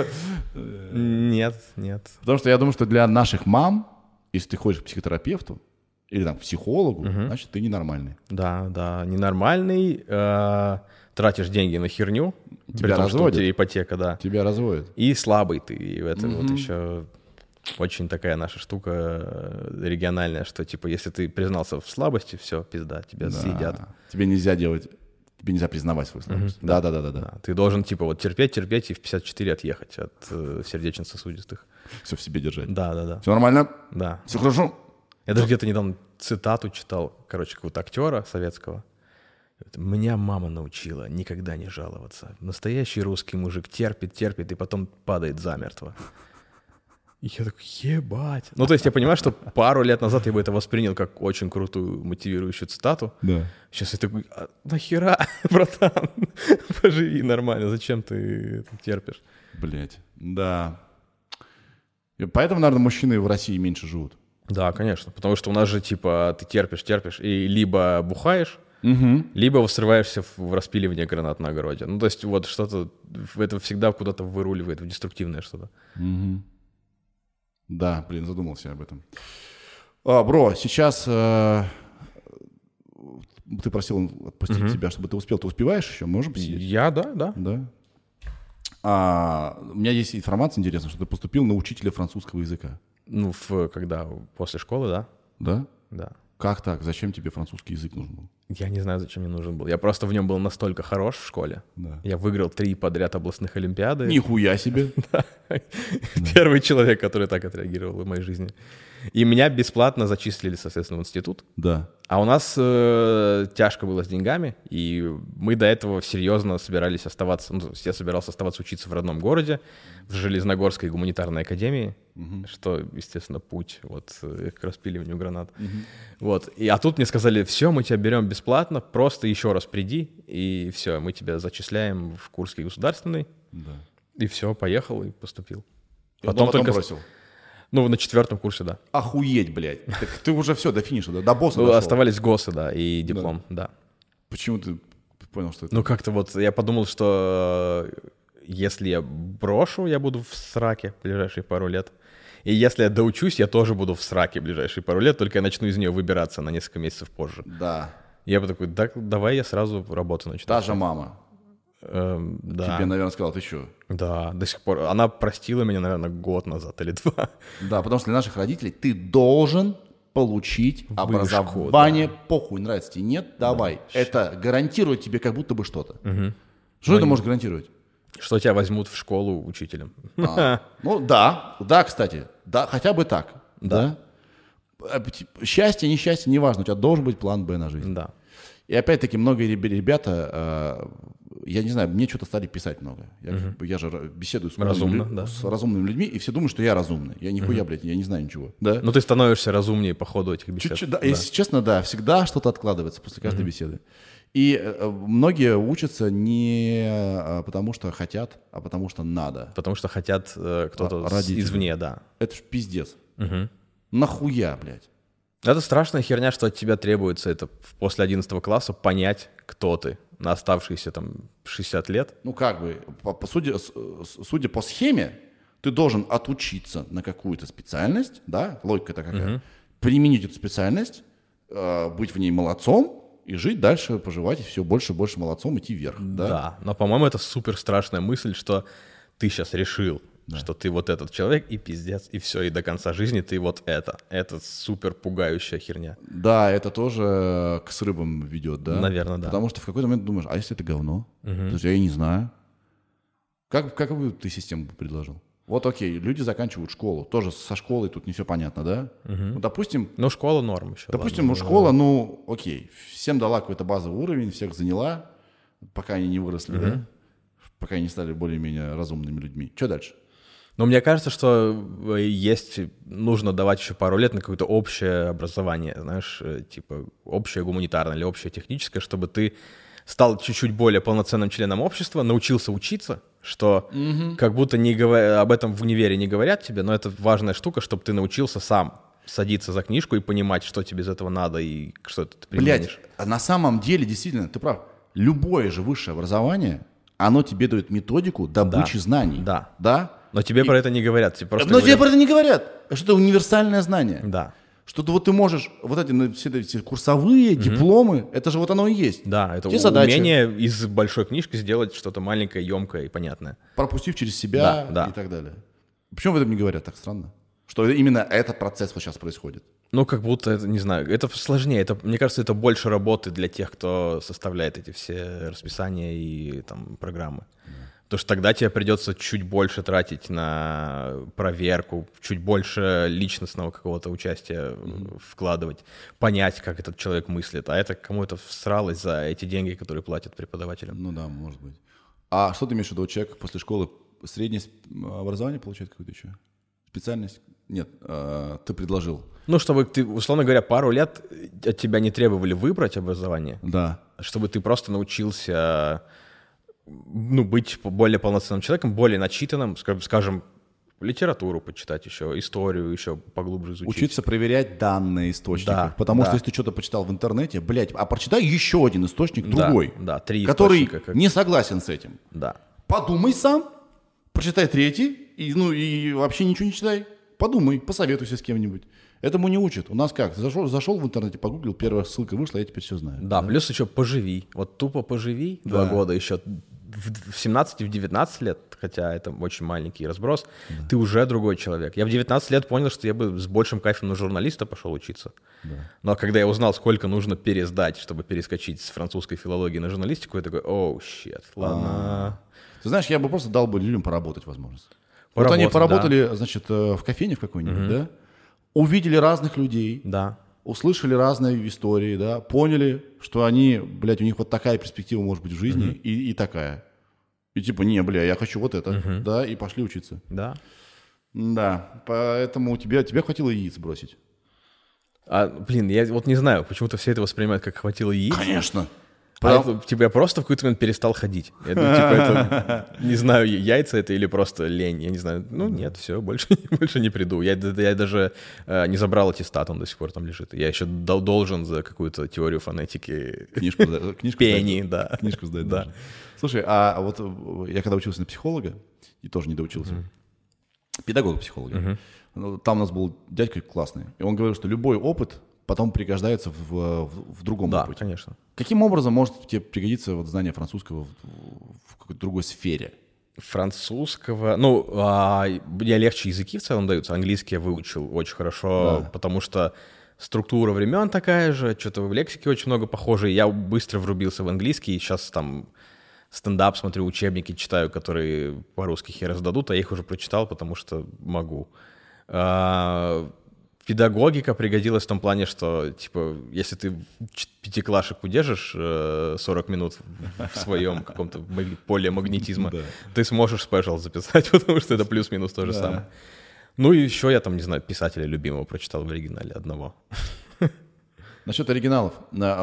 Нет, нет. Потому что я думаю, что для наших мам, если ты ходишь к психотерапевту или там к психологу, значит, ты ненормальный. Да, да, ненормальный, э, тратишь деньги на херню, Тебя при том, что у разводят. тебя ипотека, да, Тебя разводят. и слабый ты, и это вот еще очень такая наша штука э, региональная, что типа если ты признался в слабости, все, пизда, тебя Да. съедят. Тебе нельзя делать, тебе нельзя признавать свою слабость. Да, да, да, да, да. Да, ты должен типа вот терпеть, терпеть и в пятьдесят четыре отъехать от э, сердечно-сосудистых. Все в себе держать. Да, да, да, Все нормально? да. Все хорошо? Я даже где-то недавно цитату читал, короче, какого-то актера советского. Меня мама научила никогда не жаловаться. Настоящий русский мужик терпит, терпит и потом падает замертво. И я такой, ебать. Ну, то есть я понимаю, что пару лет назад я бы это воспринял как очень крутую мотивирующую цитату. Да. Сейчас я такой, а нахера, братан, поживи нормально, зачем ты терпишь? Блять, да. И поэтому, наверное, мужчины в России меньше живут. Да, конечно, потому что у нас же, типа, ты терпишь, терпишь, и либо бухаешь, Угу. либо срываешься в распиливание гранат на огороде. Ну, то есть вот что-то, это всегда куда-то выруливает в деструктивное что-то. Угу. Да, блин, задумался об этом. А, бро, сейчас э, ты просил отпустить Мгм. тебя, чтобы ты успел. Ты успеваешь еще? Можем посидеть? Я, да, да. Да. А, у меня есть информация интересная, что ты поступил на учителя французского языка. Ну, в, когда, после школы, да, Да? да. Как так? Зачем тебе французский язык нужен был? Я не знаю, зачем мне нужен был. Я просто в нем был настолько хорош в школе. Да. Я выиграл три подряд областных олимпиады. Нихуя себе. Первый человек, который так отреагировал в моей жизни. И меня бесплатно зачислили, соответственно, в институт. Да. А у нас э, тяжко было с деньгами, и мы до этого серьезно собирались оставаться, ну, я собирался оставаться учиться в родном городе, в Железногорской гуманитарной академии, Мгм. что, естественно, путь вот э, к распиливанию гранат. Мгм. Вот. И, а тут мне сказали, все, мы тебя берем бесплатно, просто еще раз приди, и все, мы тебя зачисляем в Курский государственный, Да. и все, поехал и поступил. И Потом потом только- бросил. Ну, на четвертом курсе, да. Охуеть, блядь. Так ты уже все, до финиша, да? До босса Ну, дошел. оставались ГОСы, да, и диплом, да. Почему ты понял, что это? Ну, как-то вот я подумал, что э, если я брошу, я буду в сраке ближайшие пару лет. И если я доучусь, я тоже буду в сраке ближайшие пару лет, только я начну из нее выбираться на несколько месяцев позже. Да. Я бы такой, да, давай я сразу работу начну. Та же мама Эм, да, тебе, наверное, сказала, ты что? да, до сих пор. Она простила меня, наверное, год назад или два. Да, потому что для наших родителей ты должен получить Вышку, образование. Похуй, нравится тебе, нет? Давай. Это гарантирует тебе как будто бы что-то. Мгм. Что это может гарантировать? Что тебя возьмут в школу учителем. А, ну да, да, кстати, да, хотя бы так. Да. Да. А, типа, Счастье, несчастье, неважно, у тебя должен быть план Б на жизнь. Да. И опять-таки многие ребя- ребята, э, я не знаю, мне что-то стали писать много. Я, я же ра- беседую с, умными Разумно, лю- да. с разумными людьми, и все думают, что я разумный. Я нихуя, блядь, я не знаю ничего. Да? Ну, ты становишься разумнее по ходу этих бесед. Чуть-чуть, да. Если честно, да, всегда что-то откладывается после каждой беседы. И э, многие учатся не э, потому, что хотят, а потому, что надо. Потому что хотят э, кто-то А, с- родители. извне, да. Это ж пиздец. Мгм. Нахуя, блядь? Это страшная херня, что от тебя требуется это в- после одиннадцатого класса понять, кто ты на оставшиеся там шестьдесят лет. Ну, как бы, по, по судя, с- с- судя по схеме, ты должен отучиться на какую-то специальность, да, логика-то какая, применить эту специальность, э, быть в ней молодцом и жить дальше, поживать, и все больше и больше молодцом идти вверх, да? Да. Но, по-моему, это супер страшная мысль, что ты сейчас решил, что ты вот этот человек, и пиздец, и все, и до конца жизни ты вот это. Это супер пугающая херня. Да, это тоже к срывам ведет, да? Наверное, да. Потому что в какой-то момент думаешь, а если это говно? Слушай, я и не знаю. Как, как бы ты систему бы предложил? Вот окей, люди заканчивают школу, тоже со школой тут не все понятно, да? Ну, допустим, Ну, школа норм еще. допустим, ладно. ну, школа, ну, окей, всем дала какой-то базовый уровень, всех заняла, пока они не выросли, да? Пока они не стали более-менее разумными людьми. Что дальше? Но мне кажется, что э, есть, нужно давать еще пару лет на какое-то общее образование, знаешь, э, типа общее гуманитарное или общее техническое, чтобы ты стал чуть-чуть более полноценным членом общества, научился учиться, что как будто не говоря, об этом в универе не говорят тебе, но это важная штука, чтобы ты научился сам садиться за книжку и понимать, что тебе из этого надо и что ты Блядь, применишь. а на самом деле, действительно, ты прав, любое же высшее образование, оно тебе дает методику добычи Да. знаний. Да. Да? Но тебе про это не говорят. Тебе просто Но тебе говорят- про это не говорят. Что это универсальное знание. Да. Что ты, вот ты можешь, вот эти, ну, все эти курсовые, дипломы, это же вот оно и есть. Да, это Те у- задачи. умение из большой книжки сделать что-то маленькое, емкое и понятное. Пропустив через себя Да, да. и так далее. Почему в этом не говорят? Так странно. Что именно этот процесс вот сейчас происходит. Ну, как будто, это, не знаю, это сложнее. Это, мне кажется, это больше работы для тех, кто составляет эти все расписания и там программы. Потому что тогда тебе придется чуть больше тратить на проверку, чуть больше личностного какого-то участия mm-hmm. вкладывать, понять, как этот человек мыслит. А это кому-то всралось за эти деньги, которые платят преподавателям. Ну да, может быть. А что ты имеешь в виду? Человек после школы среднее образование получает какое-то еще? Специальность? Нет, э, ты предложил. Ну, чтобы ты, условно говоря, пару лет от тебя не требовали выбрать образование. Да. Чтобы ты просто научился... ну, быть более полноценным человеком, более начитанным, скажем, литературу почитать еще, историю еще поглубже изучить. Учиться проверять данные источника. Да, потому да. что если ты что-то почитал в интернете, блядь, а прочитай еще один источник, да, другой, да, три который как... не согласен с этим. Да. Подумай сам, прочитай третий, и, ну, и вообще ничего не читай. Подумай, посоветуйся с кем-нибудь. Этому не учат. У нас как? Зашел, зашел в интернете, погуглил, первая ссылка вышла, я теперь все знаю. Да, да? Плюс еще поживи. Вот тупо поживи да. два года еще. В семнадцать, в девятнадцать лет, хотя это очень маленький разброс, да. ты уже другой человек. Я в девятнадцать лет понял, что я бы с большим кайфом на журналиста пошел учиться. Да. Но когда я узнал, сколько нужно пересдать, чтобы перескочить с французской филологии на журналистику, я такой, оу, щет, ладно. А-а-а. Ты знаешь, я бы просто дал бы людям поработать возможность. Вот они поработали, да. значит, в кофейне в какой-нибудь, угу. да? Увидели разных людей, да. услышали разные истории, да, поняли, что они, блядь, у них вот такая перспектива может быть в жизни uh-huh. и, и такая. И типа, не, бля, я хочу вот это, uh-huh. да, и пошли учиться. Да. Да, поэтому тебе, тебе хватило яиц бросить. А, блин, я вот не знаю, почему-то все это воспринимают как хватило яиц. Конечно. А это, типа, я просто в какой-то момент перестал ходить. Я, ну, типа, это, не знаю, яйца это или просто лень, я не знаю. Ну, нет, все, больше, больше не приду. Я, я даже э, не забрал аттестат, он до сих пор там лежит. Я еще дол- должен за какую-то теорию фонетики... Книжку, книжку Пени, сдать, да. Книжку сдать да. Даже. Слушай, а вот я когда учился на психолога, и тоже не доучился, mm-hmm. педагога-психолога, mm-hmm. там у нас был дядька классный, и он говорил, что любой опыт потом пригождается в, в, в другом да, опыте. Конечно. Каким образом может тебе пригодиться вот знание французского в, в какой-то другой сфере? Французского... Ну, а, мне легче языки в целом даются. Английский я выучил очень хорошо, да. потому что структура времен такая же, что-то в лексике очень много похоже. Я быстро врубился в английский, и сейчас там стендап смотрю, учебники читаю, которые по-русски хер раздадут, а я их уже прочитал, потому что могу. А, Педагогика пригодилась в том плане, что, типа, если ты пятиклашек удержишь э, сорок минут в своем каком-то поле магнетизма, да. ты сможешь спешл записать, потому что это плюс-минус то же да. самое. Ну и еще я там, не знаю, писателя любимого прочитал в оригинале одного. Насчет оригиналов.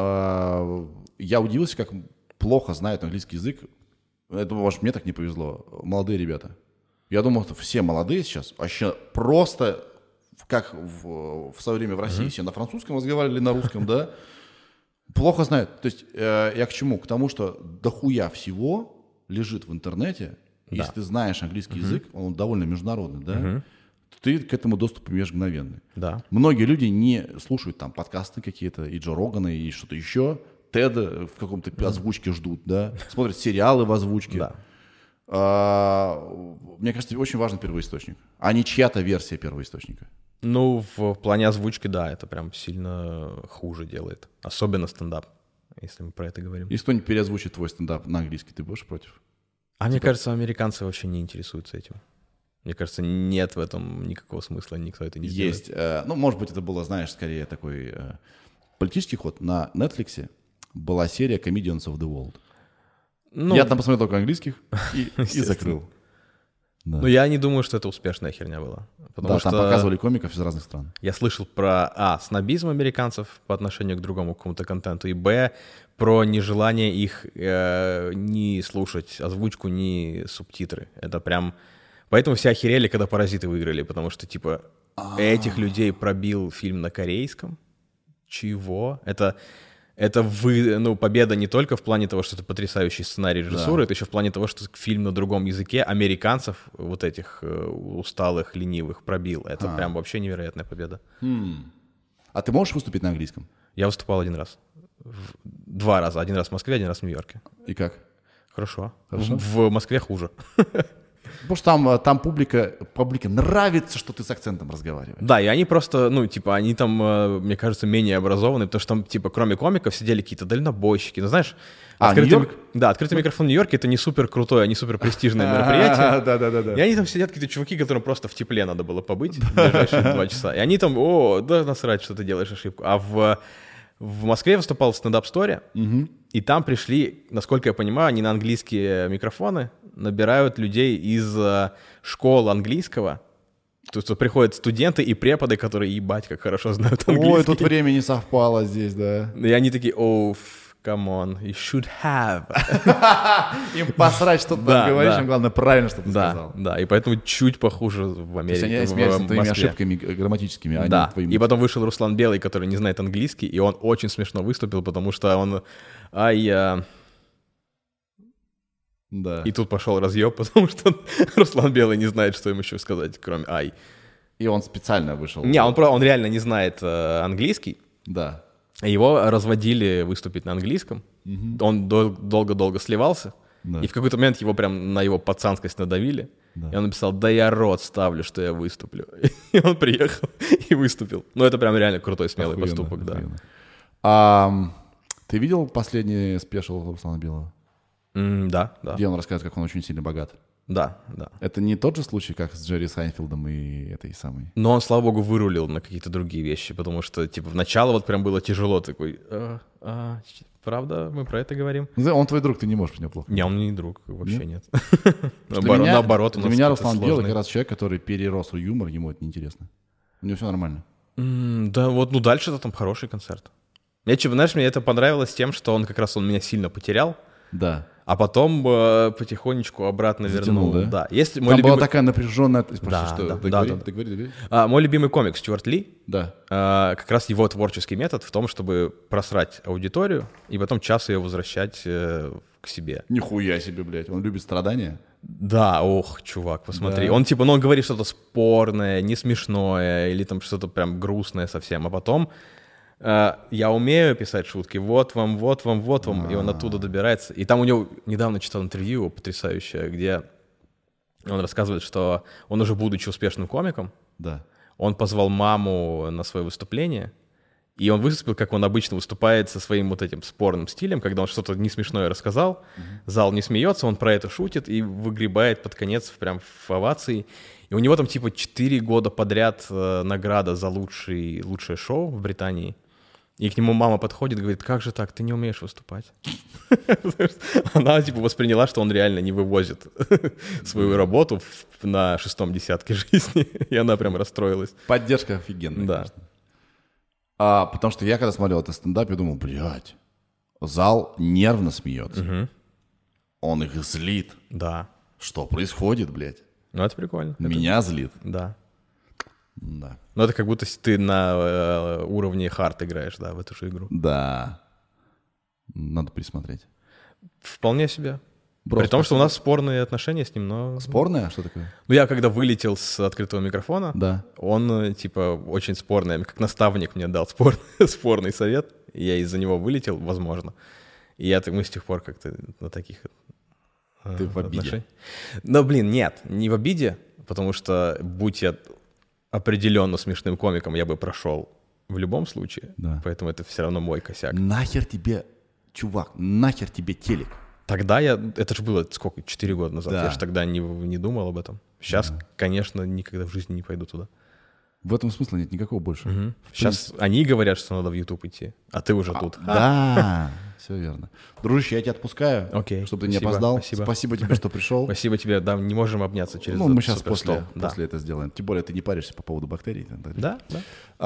Я удивился, как плохо знают английский язык. Это, может, мне так не повезло. Молодые ребята. Я думал, что все молодые сейчас вообще просто... как в, в свое время в России mm-hmm. все на французском разговаривали, на русском, да, плохо знают. То есть э, я к чему? К тому, что дохуя всего лежит в интернете. Да. Если ты знаешь английский mm-hmm. язык, он довольно международный, да, mm-hmm. то ты к этому доступ имеешь мгновенный. Да. Многие люди не слушают там подкасты какие-то, и Джо Рогана, и что-то еще, Теда в каком-то mm-hmm. озвучке ждут, да, смотрят сериалы в озвучке. Да. А, мне кажется, очень важен первоисточник, а не чья-то версия первоисточника. Ну, в плане озвучки, да, это прям сильно хуже делает. Особенно стендап, если мы про это говорим. Если кто-нибудь переозвучит твой стендап на английский, ты будешь против? А типа... мне кажется, американцы вообще не интересуются этим. Мне кажется, нет в этом никакого смысла, никто это не сделает. Есть. Э, ну, может быть, это было, знаешь, скорее такой э, политический ход. На Netflix была серия Comedians of the World. Ну, я там посмотрел только английских и, и закрыл. Да. Но я не думаю, что это успешная херня была. Да, что там показывали комиков из разных стран. Я слышал про, а, снобизм американцев по отношению к другому какому-то контенту, и, б, про нежелание их э, ни слушать озвучку, ни субтитры. Это прям... Поэтому все охерели, когда «Паразиты» выиграли, потому что, типа, А-а-а. этих людей пробил фильм на корейском. Чего? Это... Это вы, ну, победа не только в плане того, что это потрясающий сценарий режиссуры, да. это еще в плане того, что фильм на другом языке американцев, вот этих э, усталых, ленивых, пробил. Это а. прям вообще невероятная победа. Хм. А ты можешь выступить на английском? Я выступал один раз. Два раза. Один раз в Москве, один раз в Нью-Йорке. И как? Хорошо. Хорошо? В, в Москве хуже. Потому что там, там публика, публике нравится, что ты с акцентом разговариваешь. Да, и они просто, ну, типа, они там, мне кажется, менее образованные, потому что там, типа, кроме комиков сидели какие-то дальнобойщики. Ну, знаешь, а, открытый, Нью-Йорк? Да, открытый микрофон в Нью-Йорке — это не супер крутое, не супер престижное мероприятие. Да-да-да. И они там сидят, какие-то чуваки, которым просто в тепле надо было побыть в ближайшие два часа. И они там, о, да насрать, что ты делаешь ошибку. А в, в Москве выступал в стендап-сторе, Угу. и там пришли, насколько я понимаю, они на английские микрофоны набирают людей из э, школ английского. То есть приходят студенты и преподы, которые, ебать, как хорошо знают английский. Ой, тут время не совпало здесь, да. И они такие, оу, come on, you should have. Им посрать, что ты Да, там говоришь, да. им главное правильно, что ты Да, сказал. да, и поэтому чуть похуже в То есть Америке, они в смеются над твоими Москве. ошибками грамматическими, а не Да, над твоими. и потом вышел Руслан Белый, который не знает английский, и он очень смешно выступил, потому что он... Ай, я... Да. И тут пошел разъеб, потому что Руслан Белый не знает, что им еще сказать, кроме ай. И он специально вышел. Не, он, про- он реально не знает э, английский. Да. Его разводили выступить на английском. Он дол- долго-долго сливался. Да. И в какой-то момент его прям на его пацанскость надавили. Да. И он написал, да я рот ставлю, что я выступлю. И он приехал и выступил. Ну, это прям реально крутой, смелый Охуенно, поступок, да. охуенно. А, ты видел последний спешл Руслана Белого? М, да, да, Где он рассказывает, как он очень сильно богат. да, да. Это не тот же случай, как с Джерри Сайнфилдом и этой самой? Но он, слава богу, вырулил на какие-то другие вещи, потому что, типа, в начало вот прям было тяжело, такой, «А, а, ч- правда, мы про это говорим? Ну, Он твой друг, ты не можешь про него плохо. Не, он не друг, вообще нет. Для Наоборот, меня- наоборот, у Для нас меня какие-то Руслан Белый сложные. как раз человек, который перерос юмор, ему это неинтересно. У него все нормально. М, Да, вот, ну дальше-то там хороший концерт. Мне, типа, знаешь, мне это понравилось тем, что он как раз, он меня сильно потерял, Да. а потом э, потихонечку обратно Затянул, вернул. да? Если Там мой была любимый... такая напряженная... Прости, Да, что? да, Договори, да, да. договори, договори. А, мой любимый комик Стюарт Ли, Да. а, как раз его творческий метод в том, чтобы просрать аудиторию и потом час ее возвращать э, к себе. Нихуя себе, блядь. Он любит страдания. Да, ох, чувак, посмотри. Да. Он типа, ну он говорит что-то спорное, не смешное или там что-то прям грустное совсем, а потом э, я умею писать шутки, вот вам, вот вам, вот вам, и он оттуда добирается. И там у него, недавно читал интервью его потрясающее, где он рассказывает, что он уже будучи успешным комиком, Да. он позвал маму на свое выступление, и он выступил, как он обычно выступает, со своим вот этим спорным стилем, когда он что-то несмешное рассказал, mm-hmm. зал не смеется, он про это шутит и выгребает под конец в- прям в овации. И у него там типа четыре года подряд э, награда за лучший, лучшее шоу в Британии. И к нему мама подходит и говорит, как же так, ты не умеешь выступать? Она типа восприняла, что он реально не вывозит свою работу в- на шестом десятке жизни, и она прям расстроилась. Поддержка офигенная, Да. конечно. А, потому что я когда смотрел этот стендап, я думал, блядь, зал нервно смеется. Мгм. Он их злит. Да. Что происходит, блядь? Ну, это прикольно. Это- Меня злит. Да. Да. Ну, это как будто с- ты на э, уровне хард играешь, да, в эту же игру. Да. Надо пересмотреть. Вполне себе. Бро, При том, что у спасибо. нас спорные отношения с ним, но... Спорное? Что такое? Ну, я когда вылетел с открытого микрофона, Да. он, э, типа, очень спорный, как наставник мне дал спор, спорный совет, и я из-за него вылетел, возможно. И я, так- мы с тех пор как-то на таких э, Ты в обиде. отношениях. Но, блин, нет, не в обиде, потому что, будь я определенно смешным комиком, я бы прошел в любом случае. Да. Поэтому это все равно мой косяк. Нахер тебе, чувак, нахер тебе телек? Тогда я... Это же было сколько? Четыре года назад. Да. Я же тогда не, не думал об этом. Сейчас, конечно, никогда в жизни не пойду туда. В этом смысла нет никакого больше. Мгм. Сейчас они говорят, что надо в YouTube идти, а ты уже тут. Да, все верно. Дружище, я тебя отпускаю, Окей, чтобы ты не спасибо, опоздал. спасибо. Спасибо тебе, что пришел. Спасибо тебе. Да, не можем обняться через Ну, мы этот сейчас после, суперстол. Да. после это сделаем. Тем более ты не паришься по поводу бактерий. Да, да.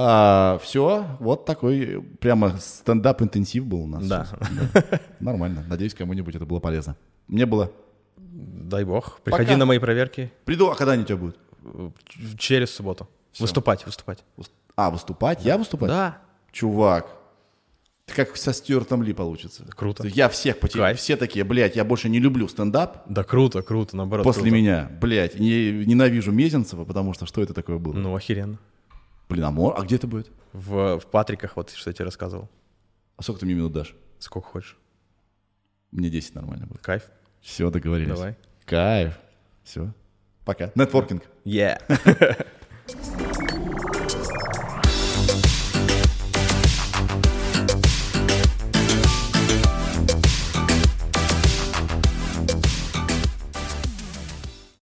все, вот такой прямо стендап-интенсив был у нас. Да. сейчас. Да. Нормально. Надеюсь, кому-нибудь это было полезно. Мне было. Дай бог. Приходи Пока. на мои проверки Приду, а когда они у тебя будут? э, ч- через субботу. Всё. Выступать, выступать. А, выступать? Я выступать? Да. Чувак, ты как со Стюартом Ли получится. Круто. Я всех потерял. Кайф. Все такие, блядь, я больше не люблю стендап. Да круто, круто, наоборот. После круто. меня, блядь, не, ненавижу Мезенцева, потому что что это такое было? Ну, охеренно. Блин, а, мо- а где это будет? В, в Патриках, вот что я тебе рассказывал. А сколько ты мне минут дашь? Сколько хочешь. Мне десять нормально будет. Кайф. Все, договорились. Давай. Кайф. Все. Пока. Нетворкинг. Yeah.